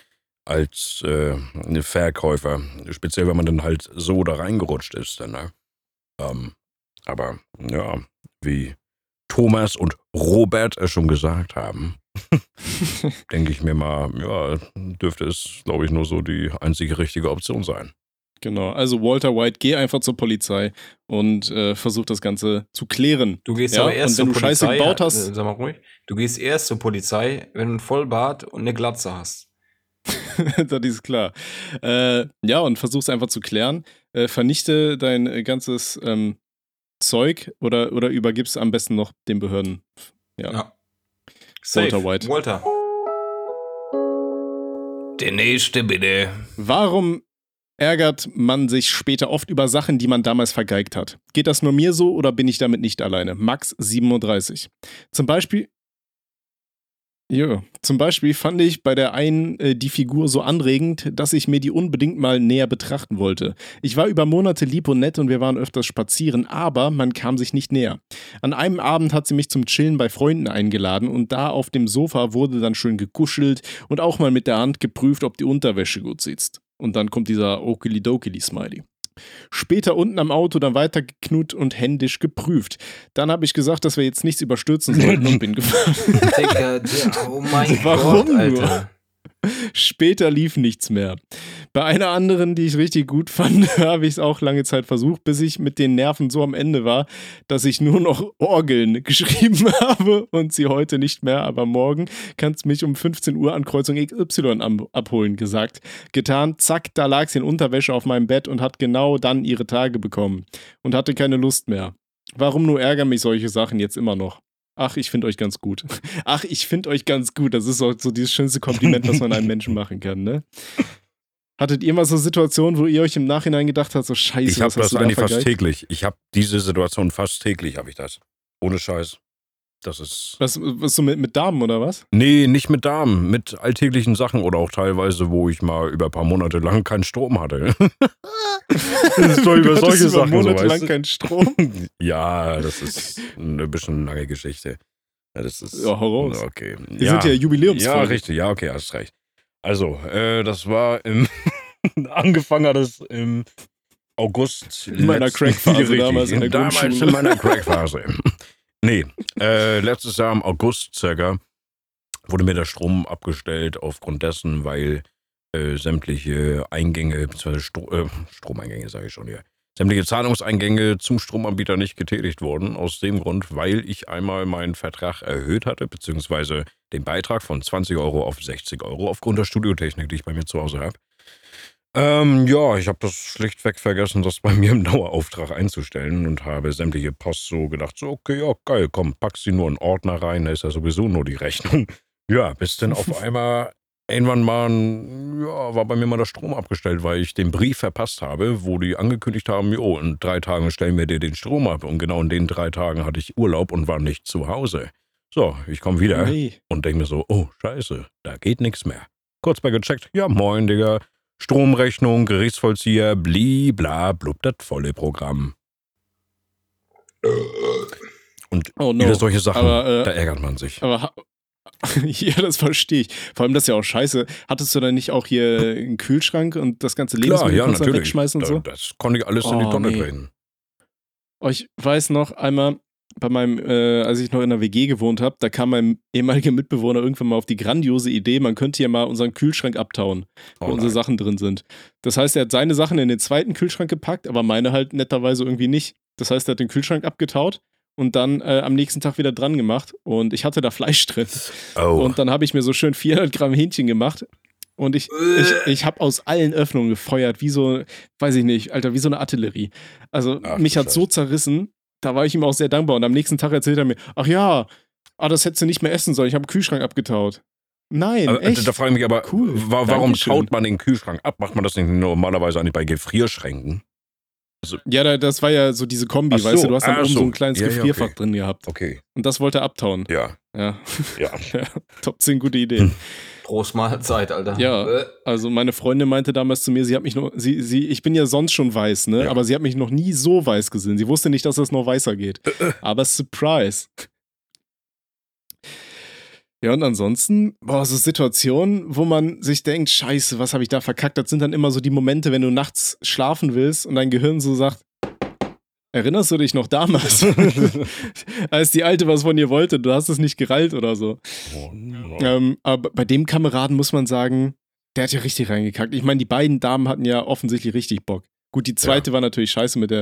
als Verkäufer. Speziell, wenn man dann halt so da reingerutscht ist. Dann, ne? Aber ja, wie Thomas und Robert es schon gesagt haben, denke ich mir mal, ja, dürfte es, glaube ich, nur so die einzige richtige Option sein. Genau, also Walter White, geh einfach zur Polizei und versuch das Ganze zu klären. Du gehst Ja, aber erst und wenn zur du Scheiße Polizei, gebaut hast- sag mal ruhig, du gehst erst zur Polizei, wenn du einen Vollbart und eine Glatze hast. Das ist klar. Ja, und versuch's einfach zu klären. Vernichte dein ganzes Zeug oder übergib's am besten noch den Behörden. Ja. Safe. Walter White. Walter. Der nächste bitte. Warum ärgert man sich später oft über Sachen, die man damals vergeigt hat? Geht das nur mir so oder bin ich damit nicht alleine? Max 37. Zum Beispiel fand ich bei der einen die Figur so anregend, dass ich mir die unbedingt mal näher betrachten wollte. Ich war über Monate lieb und nett und wir waren öfters spazieren, aber man kam sich nicht näher. An einem Abend hat sie mich zum Chillen bei Freunden eingeladen und da auf dem Sofa wurde dann schön gekuschelt und auch mal mit der Hand geprüft, ob die Unterwäsche gut sitzt. Und dann kommt dieser Okili-Dokili-Smiley. Später unten am Auto dann weiter geknut und händisch geprüft. Dann habe ich gesagt, dass wir jetzt nichts überstürzen sollten und bin gefahren. Digga, oh mein Warum Gott, Alter. Später lief nichts mehr. Bei einer anderen, die ich richtig gut fand, habe ich es auch lange Zeit versucht, bis ich mit den Nerven so am Ende war, dass ich nur noch Orgeln geschrieben habe und sie heute nicht mehr, aber morgen kannst du mich um 15 Uhr an Kreuzung XY abholen, gesagt. Getan, zack, da lag sie in Unterwäsche auf meinem Bett und hat genau dann ihre Tage bekommen und hatte keine Lust mehr. Warum nur ärgern mich solche Sachen jetzt immer noch? Ach, ich finde euch ganz gut. Ach, ich finde euch ganz gut. Das ist auch so dieses schönste Kompliment, was man einem Menschen machen kann, ne? Hattet ihr mal so Situationen, wo ihr euch im Nachhinein gedacht habt, so scheiße, Ich habe was hast das du da eigentlich fast vergeigt? täglich. Ich habe diese Situation fast täglich, habe ich das. Ohne Scheiß. Das ist... Was so mit Damen oder was? Nee, nicht mit Damen, mit alltäglichen Sachen oder auch teilweise, wo ich mal über ein paar Monate lang keinen Strom hatte. Das ist doch über Du hattest solche über Sachen, so, monatelang weißt du? keinen Strom. Ja, das ist eine bisschen lange Geschichte. Ja, das ist... Ja, hau raus. Okay. Wir sind ja Jubiläumsfolge. Ja, richtig. Ja, okay, hast recht. Also, das war im... angefangen hat es im August. In meiner Crack-Phase Richtig, damals in der damals Grundschule. in meiner Crack-Phase. Nee, letztes Jahr im August circa wurde mir der Strom abgestellt aufgrund dessen, weil sämtliche Eingänge, beziehungsweise Stromeingänge sage ich schon hier, sämtliche Zahlungseingänge zum Stromanbieter nicht getätigt wurden. Aus dem Grund, weil ich einmal meinen Vertrag erhöht hatte, beziehungsweise den Beitrag von 20 Euro auf 60 Euro aufgrund der Studiotechnik, die ich bei mir zu Hause habe. Ja, ich habe das schlichtweg vergessen, das bei mir im Dauerauftrag einzustellen und habe sämtliche Post so gedacht, so okay, ja geil, komm, pack sie nur in einen Ordner rein, da ist ja sowieso nur die Rechnung. Ja, bis dann auf einmal irgendwann mal, war bei mir mal der Strom abgestellt, weil ich den Brief verpasst habe, wo die angekündigt haben, jo, in 3 Tagen stellen wir dir den Strom ab. Und genau in den 3 Tagen hatte ich Urlaub und war nicht zu Hause. So, ich komme wieder Nee. und denke mir so, oh, scheiße, da geht nichts mehr. Kurz mal gecheckt, ja moin, Digga, Stromrechnung, Gerichtsvollzieher, blibla, blub, das volle Programm. Und Oh no. viele solche Sachen, Aber, da ärgert man sich. Aber ja, das verstehe ich. Vor allem das ist ja auch scheiße. Hattest du da nicht auch hier einen Kühlschrank und das ganze Klar, Lebensmittel ja, kannst du dann natürlich. wegschmeißen und so? Das konnte ich alles in die Oh, Tonne nee. treten. Oh, ich weiß noch einmal bei meinem, als ich noch in der WG gewohnt habe, da kam mein ehemaliger Mitbewohner irgendwann mal auf die grandiose Idee, man könnte ja mal unseren Kühlschrank abtauen, wo Oh unsere nein. Sachen drin sind. Das heißt, er hat seine Sachen in den zweiten Kühlschrank gepackt, aber meine halt netterweise irgendwie nicht. Das heißt, er hat den Kühlschrank abgetaut und dann am nächsten Tag wieder dran gemacht und ich hatte da Fleisch drin. Oh, Und dann habe ich mir so schön 400 Gramm Hähnchen gemacht und ich habe aus allen Öffnungen gefeuert, wie so, weiß ich nicht, Alter, wie so eine Artillerie. Also Ach, mich du hat so Scheiße. zerrissen, da war ich ihm auch sehr dankbar. Und am nächsten Tag erzählt er mir, ach ja, das hättest du nicht mehr essen sollen, ich habe den Kühlschrank abgetaut. Nein, aber, echt? da frage ich mich aber, Cool. warum Dankeschön. taut man den Kühlschrank ab? Macht man das nicht normalerweise eigentlich bei Gefrierschränken? Ja, das war ja so diese Kombi, Ach so, weißt du, du hast dann ach oben so so. ein kleines Ja, ja, Gefrierfach okay. drin gehabt. Okay, Und das wollte er abtauen. ja, Ja, ja. ja, Top 10 gute Ideen. Prost Mahlzeit, Alter. Ja. Also meine Freundin meinte damals zu mir, sie hat mich noch, ich bin ja sonst schon weiß, ne? Ja. Aber sie hat mich noch nie so weiß gesehen. Sie wusste nicht, dass es noch weißer geht. Aber Surprise. Ja, und ansonsten, so Situationen, wo man sich denkt, scheiße, was habe ich da verkackt? Das sind dann immer so die Momente, wenn du nachts schlafen willst und dein Gehirn so sagt, erinnerst du dich noch damals, als die Alte was von dir wollte, du hast es nicht gereilt oder so. Aber bei dem Kameraden muss man sagen, der hat ja richtig reingekackt. Ich meine, die beiden Damen hatten ja offensichtlich richtig Bock. Gut, die zweite war natürlich scheiße mit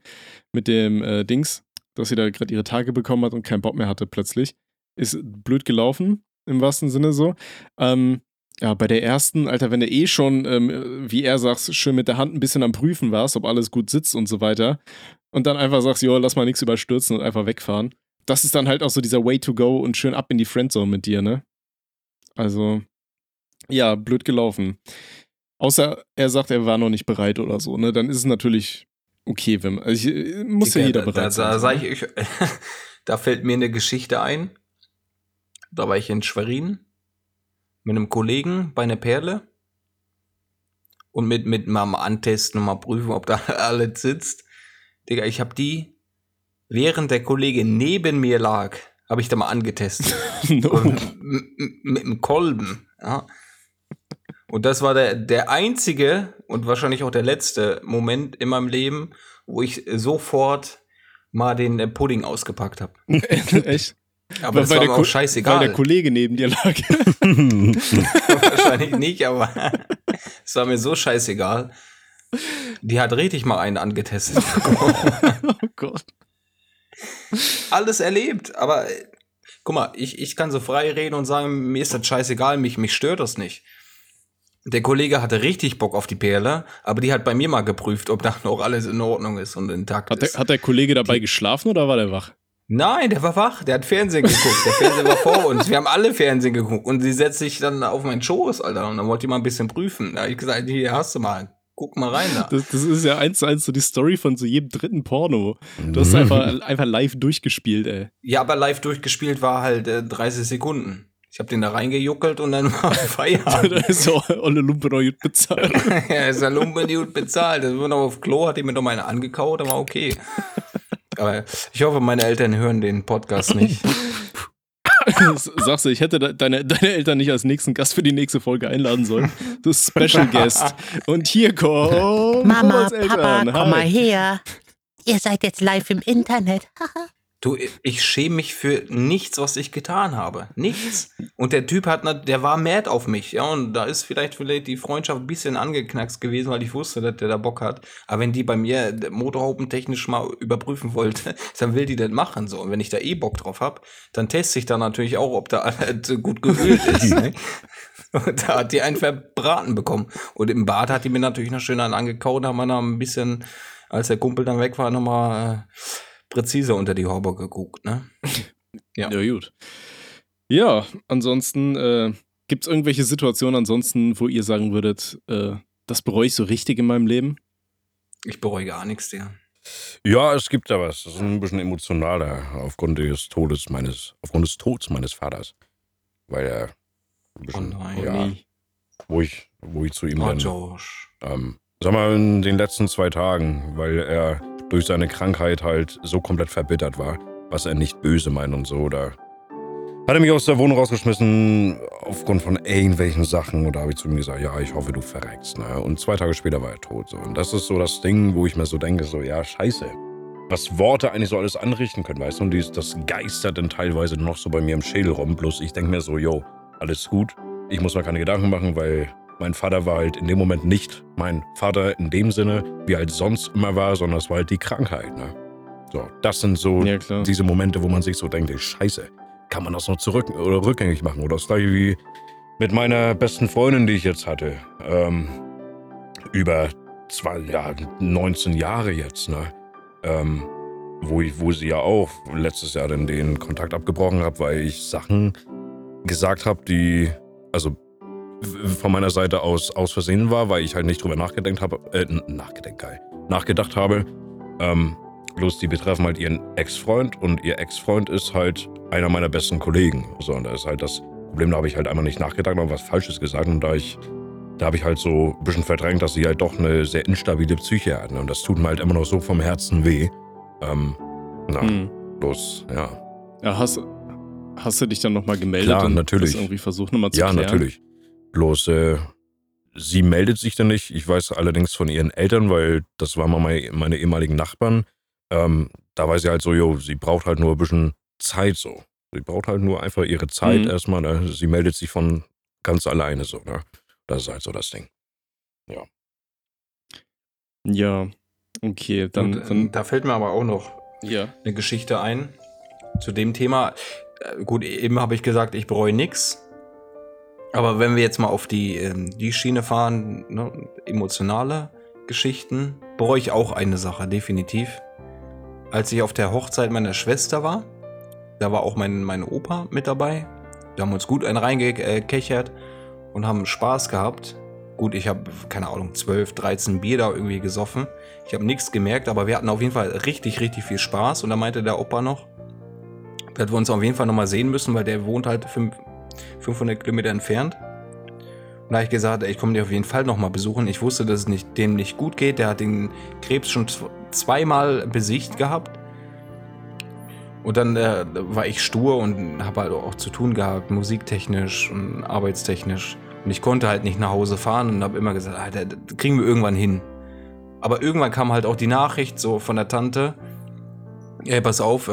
dem Dings, dass sie da gerade ihre Tage bekommen hat und keinen Bock mehr hatte plötzlich. Ist blöd gelaufen, im wahrsten Sinne so. Ja, bei der ersten, Alter, wenn du schon, wie er sagt, schön mit der Hand ein bisschen am Prüfen warst, ob alles gut sitzt und so weiter, und dann einfach sagst, jo, lass mal nichts überstürzen und einfach wegfahren. Das ist dann halt auch so dieser Way to go und schön ab in die Friendzone mit dir, ne? Also, ja, blöd gelaufen. Außer er sagt, er war noch nicht bereit oder so, ne? Dann ist es natürlich okay, wenn muss ja jeder bereit sein. Da fällt mir eine Geschichte ein. Da war ich in Schwerin mit einem Kollegen bei einer Perle und mit mal antesten und mal prüfen, ob da alles sitzt. Digga, ich habe die, während der Kollege neben mir lag, habe ich da mal angetestet. Mit dem Kolben. Ja. Und das war der einzige und wahrscheinlich auch der letzte Moment in meinem Leben, wo ich sofort mal den Pudding ausgepackt habe. Echt? Aber das war mir auch scheißegal. Weil der Kollege neben dir lag. Wahrscheinlich nicht, aber es war mir so scheißegal. Die hat richtig mal einen angetestet. Oh Gott. Alles erlebt, aber guck mal, ich kann so frei reden und sagen, mir ist das scheißegal, mich stört das nicht. Der Kollege hatte richtig Bock auf die Perle, aber die hat bei mir mal geprüft, ob da noch alles in Ordnung ist und intakt ist. Hat der Kollege dabei geschlafen oder war der wach? Nein, der war wach, der hat Fernsehen geguckt, der Fernseher war vor uns, wir haben alle Fernsehen geguckt und sie setzt sich dann auf meinen Schoß, Alter, und dann wollte ich mal ein bisschen prüfen. Da hab ich gesagt, hier hast du mal, guck mal rein da. Das ist ja 1:1 so die Story von so jedem dritten Porno. Du hast einfach live durchgespielt, ey. Ja, aber live durchgespielt war halt 30 Sekunden. Ich hab den da reingejuckelt und dann war Feierabend. Da ist so alle Lumpe noch gut bezahlt. Ja, ist der Lumpe gut bezahlt. Das wurde noch auf Klo, hat die mir noch mal eine angekaut, aber okay. Aber ich hoffe, meine Eltern hören den Podcast nicht. Sagst du, ich hätte deine Eltern nicht als nächsten Gast für die nächste Folge einladen sollen. Du Special Guest. Und hier kommt Mama, Papa, komm mal her. Ihr seid jetzt live im Internet. Du, ich schäme mich für nichts, was ich getan habe. Nichts. Und der Typ der war mad auf mich. Ja, und da ist vielleicht die Freundschaft ein bisschen angeknackst gewesen, weil ich wusste, dass der da Bock hat. Aber wenn die bei mir motorhaupentechnisch mal überprüfen wollte, dann will die das machen. So. Und wenn ich da Bock drauf habe, dann teste ich da natürlich auch, ob da alles gut geölt ist. Ne? Und da hat die einen verbraten bekommen. Und im Bad hat die mir natürlich noch schön angekaut. Da haben wir noch ein bisschen, als der Kumpel dann weg war, nochmal präziser unter die Haube geguckt, ne? Ja, gut. Ja, ansonsten gibt es irgendwelche Situationen ansonsten, wo ihr sagen würdet, das bereue ich so richtig in meinem Leben? Ich bereue gar nichts, Digga. Ja, es gibt da was. Das ist ein bisschen emotionaler aufgrund des Todes meines Vaters. Weil er ein bisschen, wo ich zu ihm dann, sag mal, in den letzten 2 Tagen, weil er durch seine Krankheit halt so komplett verbittert war, was er nicht böse meint und so, da hat er mich aus der Wohnung rausgeschmissen aufgrund von irgendwelchen Sachen und da habe ich zu ihm gesagt, ja, ich hoffe, du verreckst, ne? Und 2 Tage später war er tot, so. Und das ist so das Ding, wo ich mir so denke, so, ja, scheiße, was Worte eigentlich so alles anrichten können, weißt du, und das geistert dann teilweise noch so bei mir im Schädel rum, bloß ich denke mir so, yo, alles gut, ich muss mir keine Gedanken machen, weil mein Vater war halt in dem Moment nicht mein Vater in dem Sinne, wie er halt sonst immer war, sondern es war halt die Krankheit, ne? So, das sind so diese Momente, wo man sich so denkt, ey, scheiße, kann man das noch zurück oder rückgängig machen? Oder das gleiche wie mit meiner besten Freundin, die ich jetzt hatte, über 19 Jahre jetzt, ne? Wo sie ja auch letztes Jahr dann den Kontakt abgebrochen habe, weil ich Sachen gesagt habe, die, also von meiner Seite aus Versehen war, weil ich halt nicht drüber nachgedacht habe. Bloß die betreffen halt ihren Ex-Freund und ihr Ex-Freund ist halt einer meiner besten Kollegen. So, und da ist halt das Problem, da habe ich halt einmal nicht nachgedacht und was Falsches gesagt und da habe ich halt so ein bisschen verdrängt, dass sie halt doch eine sehr instabile Psyche hat. Ne? Und das tut mir halt immer noch so vom Herzen weh. Bloß, ja. Ja, Hast du dich dann nochmal gemeldet Klar, und natürlich. das irgendwie versucht nochmal zu Ja, klären? natürlich. Bloß, sie meldet sich dann nicht. Ich weiß allerdings von ihren Eltern, weil das waren mal meine ehemaligen Nachbarn. Da weiß sie halt so, sie braucht halt nur ein bisschen Zeit so. Sie braucht halt nur einfach ihre Zeit erstmal. Ne? Sie meldet sich von ganz alleine so. Ne? Das ist halt so das Ding. Ja. Ja, okay. Dann da fällt mir aber auch noch ja. eine Geschichte ein zu dem Thema. Gut, eben habe ich gesagt, ich bereue nichts. Aber wenn wir jetzt mal auf die Schiene fahren, ne, emotionale Geschichten, bereue ich auch eine Sache, definitiv. Als ich auf der Hochzeit meiner Schwester war, da war auch mein Opa mit dabei. Wir haben uns gut einen reingekechert und haben Spaß gehabt. Gut, ich habe, keine Ahnung, 12, 13 Bier da irgendwie gesoffen. Ich habe nichts gemerkt, aber wir hatten auf jeden Fall richtig, richtig viel Spaß. Und da meinte der Opa noch, dass wir uns auf jeden Fall nochmal sehen müssen, weil der wohnt halt 500 Kilometer entfernt. Und da habe ich gesagt, ich komme dir auf jeden Fall nochmal besuchen. Ich wusste, dass es dem nicht gut geht. Der hat den Krebs schon zweimal besiegt gehabt. Und dann war ich stur und habe halt auch zu tun gehabt, musiktechnisch und arbeitstechnisch. Und ich konnte halt nicht nach Hause fahren und habe immer gesagt, Alter, das kriegen wir irgendwann hin. Aber irgendwann kam halt auch die Nachricht so von der Tante, ey, pass auf,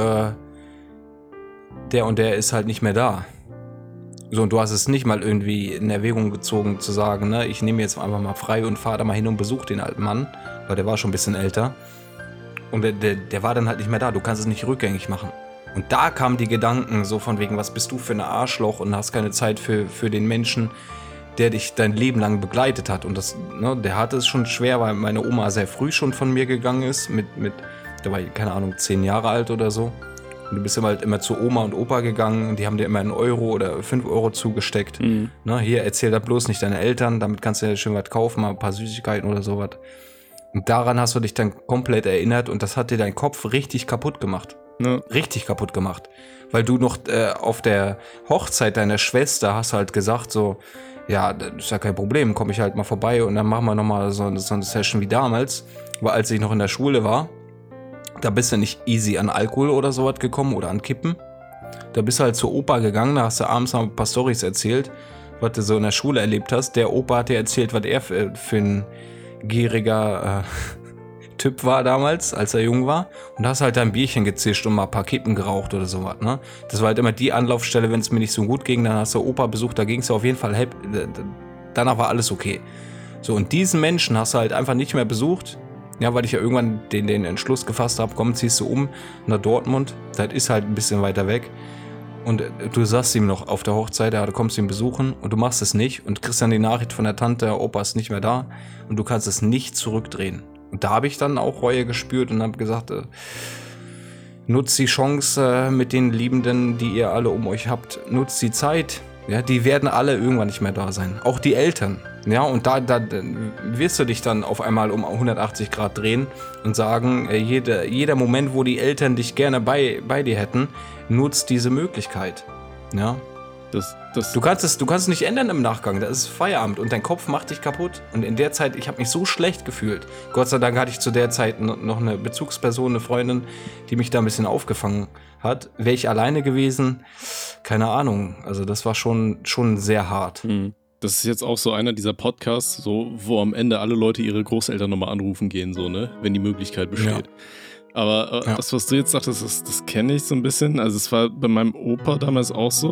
der und der ist halt nicht mehr da. So, und du hast es nicht mal irgendwie in Erwägung gezogen zu sagen, ne, ich nehme jetzt einfach mal frei und fahre da mal hin und besuche den alten Mann, weil der war schon ein bisschen älter. Und der war dann halt nicht mehr da, du kannst es nicht rückgängig machen. Und da kamen die Gedanken so von wegen, was bist du für ein Arschloch und hast keine Zeit für den Menschen, der dich dein Leben lang begleitet hat. Und das, ne, der hatte es schon schwer, weil meine Oma sehr früh schon von mir gegangen ist, da war ich, keine Ahnung, 10 Jahre alt oder so. Und du bist halt immer zu Oma und Opa gegangen und die haben dir immer 1 Euro oder 5 Euro zugesteckt. Ne, hier, erzähl das bloß nicht deinen Eltern, damit kannst du ja schön was kaufen, mal ein paar Süßigkeiten oder sowas. Und daran hast du dich dann komplett erinnert und das hat dir deinen Kopf richtig kaputt gemacht. Ja. Richtig kaputt gemacht. Weil du noch auf der Hochzeit deiner Schwester hast halt gesagt so, ja, das ist ja kein Problem, komme ich halt mal vorbei und dann machen wir nochmal so eine Session wie damals. Weil als ich noch in der Schule war, da bist du nicht easy an Alkohol oder sowas gekommen oder an Kippen. Da bist du halt zur Opa gegangen, da hast du abends noch ein paar Storys erzählt, was du so in der Schule erlebt hast. Der Opa hat dir erzählt, was er für ein gieriger Typ war damals, als er jung war. Und da hast halt ein Bierchen gezischt und mal ein paar Kippen geraucht oder sowas, ne? Das war halt immer die Anlaufstelle, wenn es mir nicht so gut ging, dann hast du Opa besucht, da ging es auf jeden Fall, danach war alles okay. So, und diesen Menschen hast du halt einfach nicht mehr besucht, ja, weil ich ja irgendwann den Entschluss gefasst habe, komm, ziehst du um nach Dortmund, das ist halt ein bisschen weiter weg. Und du sagst ihm noch auf der Hochzeit, ja, du kommst ihn besuchen und du machst es nicht und kriegst dann die Nachricht von der Tante, der Opa ist nicht mehr da und du kannst es nicht zurückdrehen. Und da habe ich dann auch Reue gespürt und habe gesagt, nutzt die Chance mit den Liebenden, die ihr alle um euch habt, nutzt die Zeit. Ja, die werden alle irgendwann nicht mehr da sein. Auch die Eltern. Ja, und da wirst du dich dann auf einmal um 180 Grad drehen und sagen, jeder Moment, wo die Eltern dich gerne bei dir hätten, nutzt diese Möglichkeit. Ja. Du kannst es nicht ändern im Nachgang, das ist Feierabend und dein Kopf macht dich kaputt. Und in der Zeit, ich habe mich so schlecht gefühlt. Gott sei Dank hatte ich zu der Zeit noch eine Bezugsperson, eine Freundin, die mich da ein bisschen aufgefangen hat. Wäre ich alleine gewesen, keine Ahnung. Also das war schon sehr hart. Das ist jetzt auch so einer dieser Podcasts, so, wo am Ende alle Leute ihre Großeltern nochmal anrufen gehen, so, ne? Wenn die Möglichkeit besteht. Ja. Aber das, was du jetzt sagtest, das kenne ich so ein bisschen. Also es war bei meinem Opa damals auch so.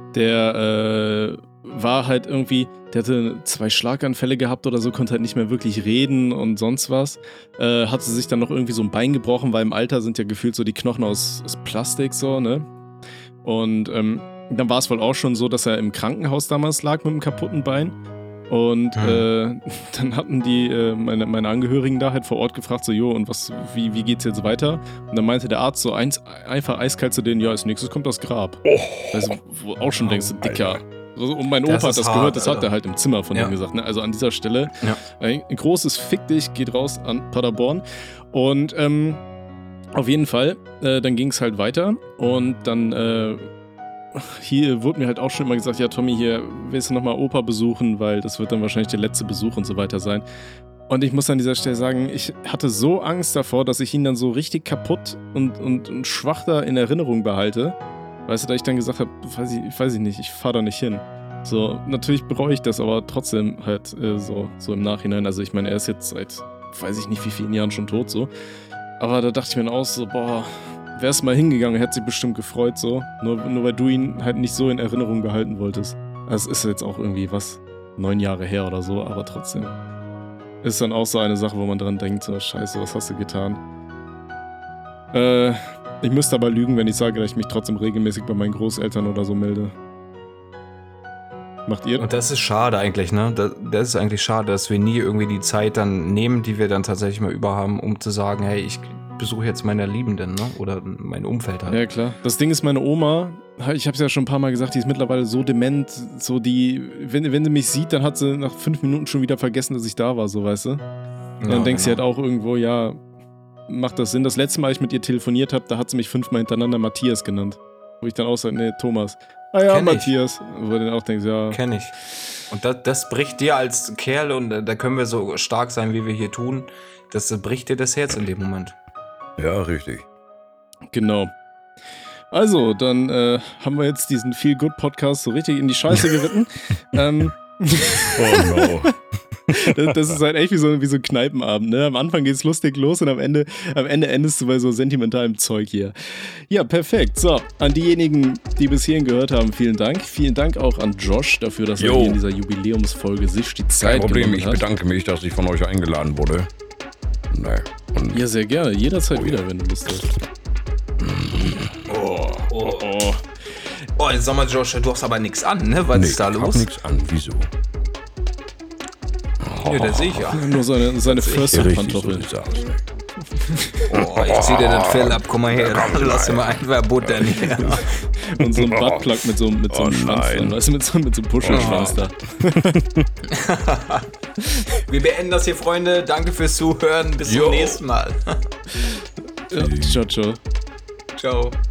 Der war halt irgendwie, der hatte 2 Schlaganfälle gehabt oder so, konnte halt nicht mehr wirklich reden und sonst was. Hatte sich dann noch irgendwie so ein Bein gebrochen, weil im Alter sind ja gefühlt so die Knochen aus Plastik so, ne? Und dann war es wohl auch schon so, dass er im Krankenhaus damals lag mit einem kaputten Bein. Und dann hatten die meine Angehörigen da halt vor Ort gefragt, so, jo, und wie geht's jetzt weiter? Und dann meinte der Arzt so einfach eiskalt zu denen, ja, als nächstes kommt das Grab. Also, wo auch schon denkst, Dicker. Und mein Opa hat das gehört, das hat er halt im Zimmer von ihm gesagt. Ne? Also an dieser Stelle, ein großes Fick dich geht raus an Paderborn. Und auf jeden Fall, dann ging es halt weiter und dann hier wurde mir halt auch schon immer gesagt, ja Tommy, hier willst du nochmal Opa besuchen, weil das wird dann wahrscheinlich der letzte Besuch und so weiter sein. Und ich muss an dieser Stelle sagen, ich hatte so Angst davor, dass ich ihn dann so richtig kaputt und schwach da in Erinnerung behalte, Weißt du, da ich dann gesagt habe, weiß ich nicht, ich fahre da nicht hin. So, natürlich bereue ich das, aber trotzdem halt so im Nachhinein. Also ich meine, er ist jetzt seit, weiß ich nicht wie vielen Jahren schon tot, so. Aber da dachte ich mir dann auch so, boah, wär's mal hingegangen, hätte sich bestimmt gefreut, so. Nur weil du ihn halt nicht so in Erinnerung behalten wolltest. Also es ist jetzt auch irgendwie, 9 Jahre her oder so, aber trotzdem. Ist dann auch so eine Sache, wo man dran denkt, so, scheiße, was hast du getan? Ich müsste aber lügen, wenn ich sage, dass ich mich trotzdem regelmäßig bei meinen Großeltern oder so melde. Macht ihr? Und das ist schade eigentlich, ne? Das ist eigentlich schade, dass wir nie irgendwie die Zeit dann nehmen, die wir dann tatsächlich mal über haben, um zu sagen, hey, ich besuche jetzt meine Liebenden, ne? Oder mein Umfeld halt. Ja, klar. Das Ding ist, meine Oma, ich hab's ja schon ein paar Mal gesagt, die ist mittlerweile so dement, so wenn sie mich sieht, dann hat sie nach 5 Minuten schon wieder vergessen, dass ich da war, so, weißt du? Und dann denkst du halt auch irgendwo, ja, macht das Sinn? Das letzte Mal, als ich mit ihr telefoniert habe, da hat sie mich 5-mal hintereinander Matthias genannt. Wo ich dann auch sage, nee, Thomas. Ah ja, Matthias. Wo du dann auch denkst, ja. Kenn ich. Und das bricht dir als Kerl, und da können wir so stark sein, wie wir hier tun, das bricht dir das Herz in dem Moment. Ja, richtig. Genau. Also, dann haben wir jetzt diesen Feel-Good-Podcast so richtig in die Scheiße geritten. Oh no. Das ist halt echt wie so ein Kneipenabend, ne? Am Anfang geht's lustig los und am Ende endest du bei so sentimentalem Zeug hier. Ja, perfekt. So, an diejenigen, die bis hierhin gehört haben, vielen Dank. Vielen Dank auch an Josh dafür, dass er hier in dieser Jubiläumsfolge sich die Zeit genommen hat. Ich bedanke mich, dass ich von euch eingeladen wurde. Ja, sehr gerne. Jederzeit wieder, wenn du Lust hast. Oh, jetzt sag mal, Josh, du hast aber nichts an, ne? Was ist da los? Ich hab nichts an. Wieso? Ja, das sehe ich ja. Nur seine First-Pantoffeln. Oh, ich zieh dir das Fell ab, komm mal her. Lass dir mal einfach buttern hier. Und so ein Buttplug mit so einem Schwanz dran. Weißt du, mit so einem Pusherschwanz da. Wir beenden das hier, Freunde. Danke fürs Zuhören. Bis zum nächsten Mal. Ja, ciao, ciao. Ciao.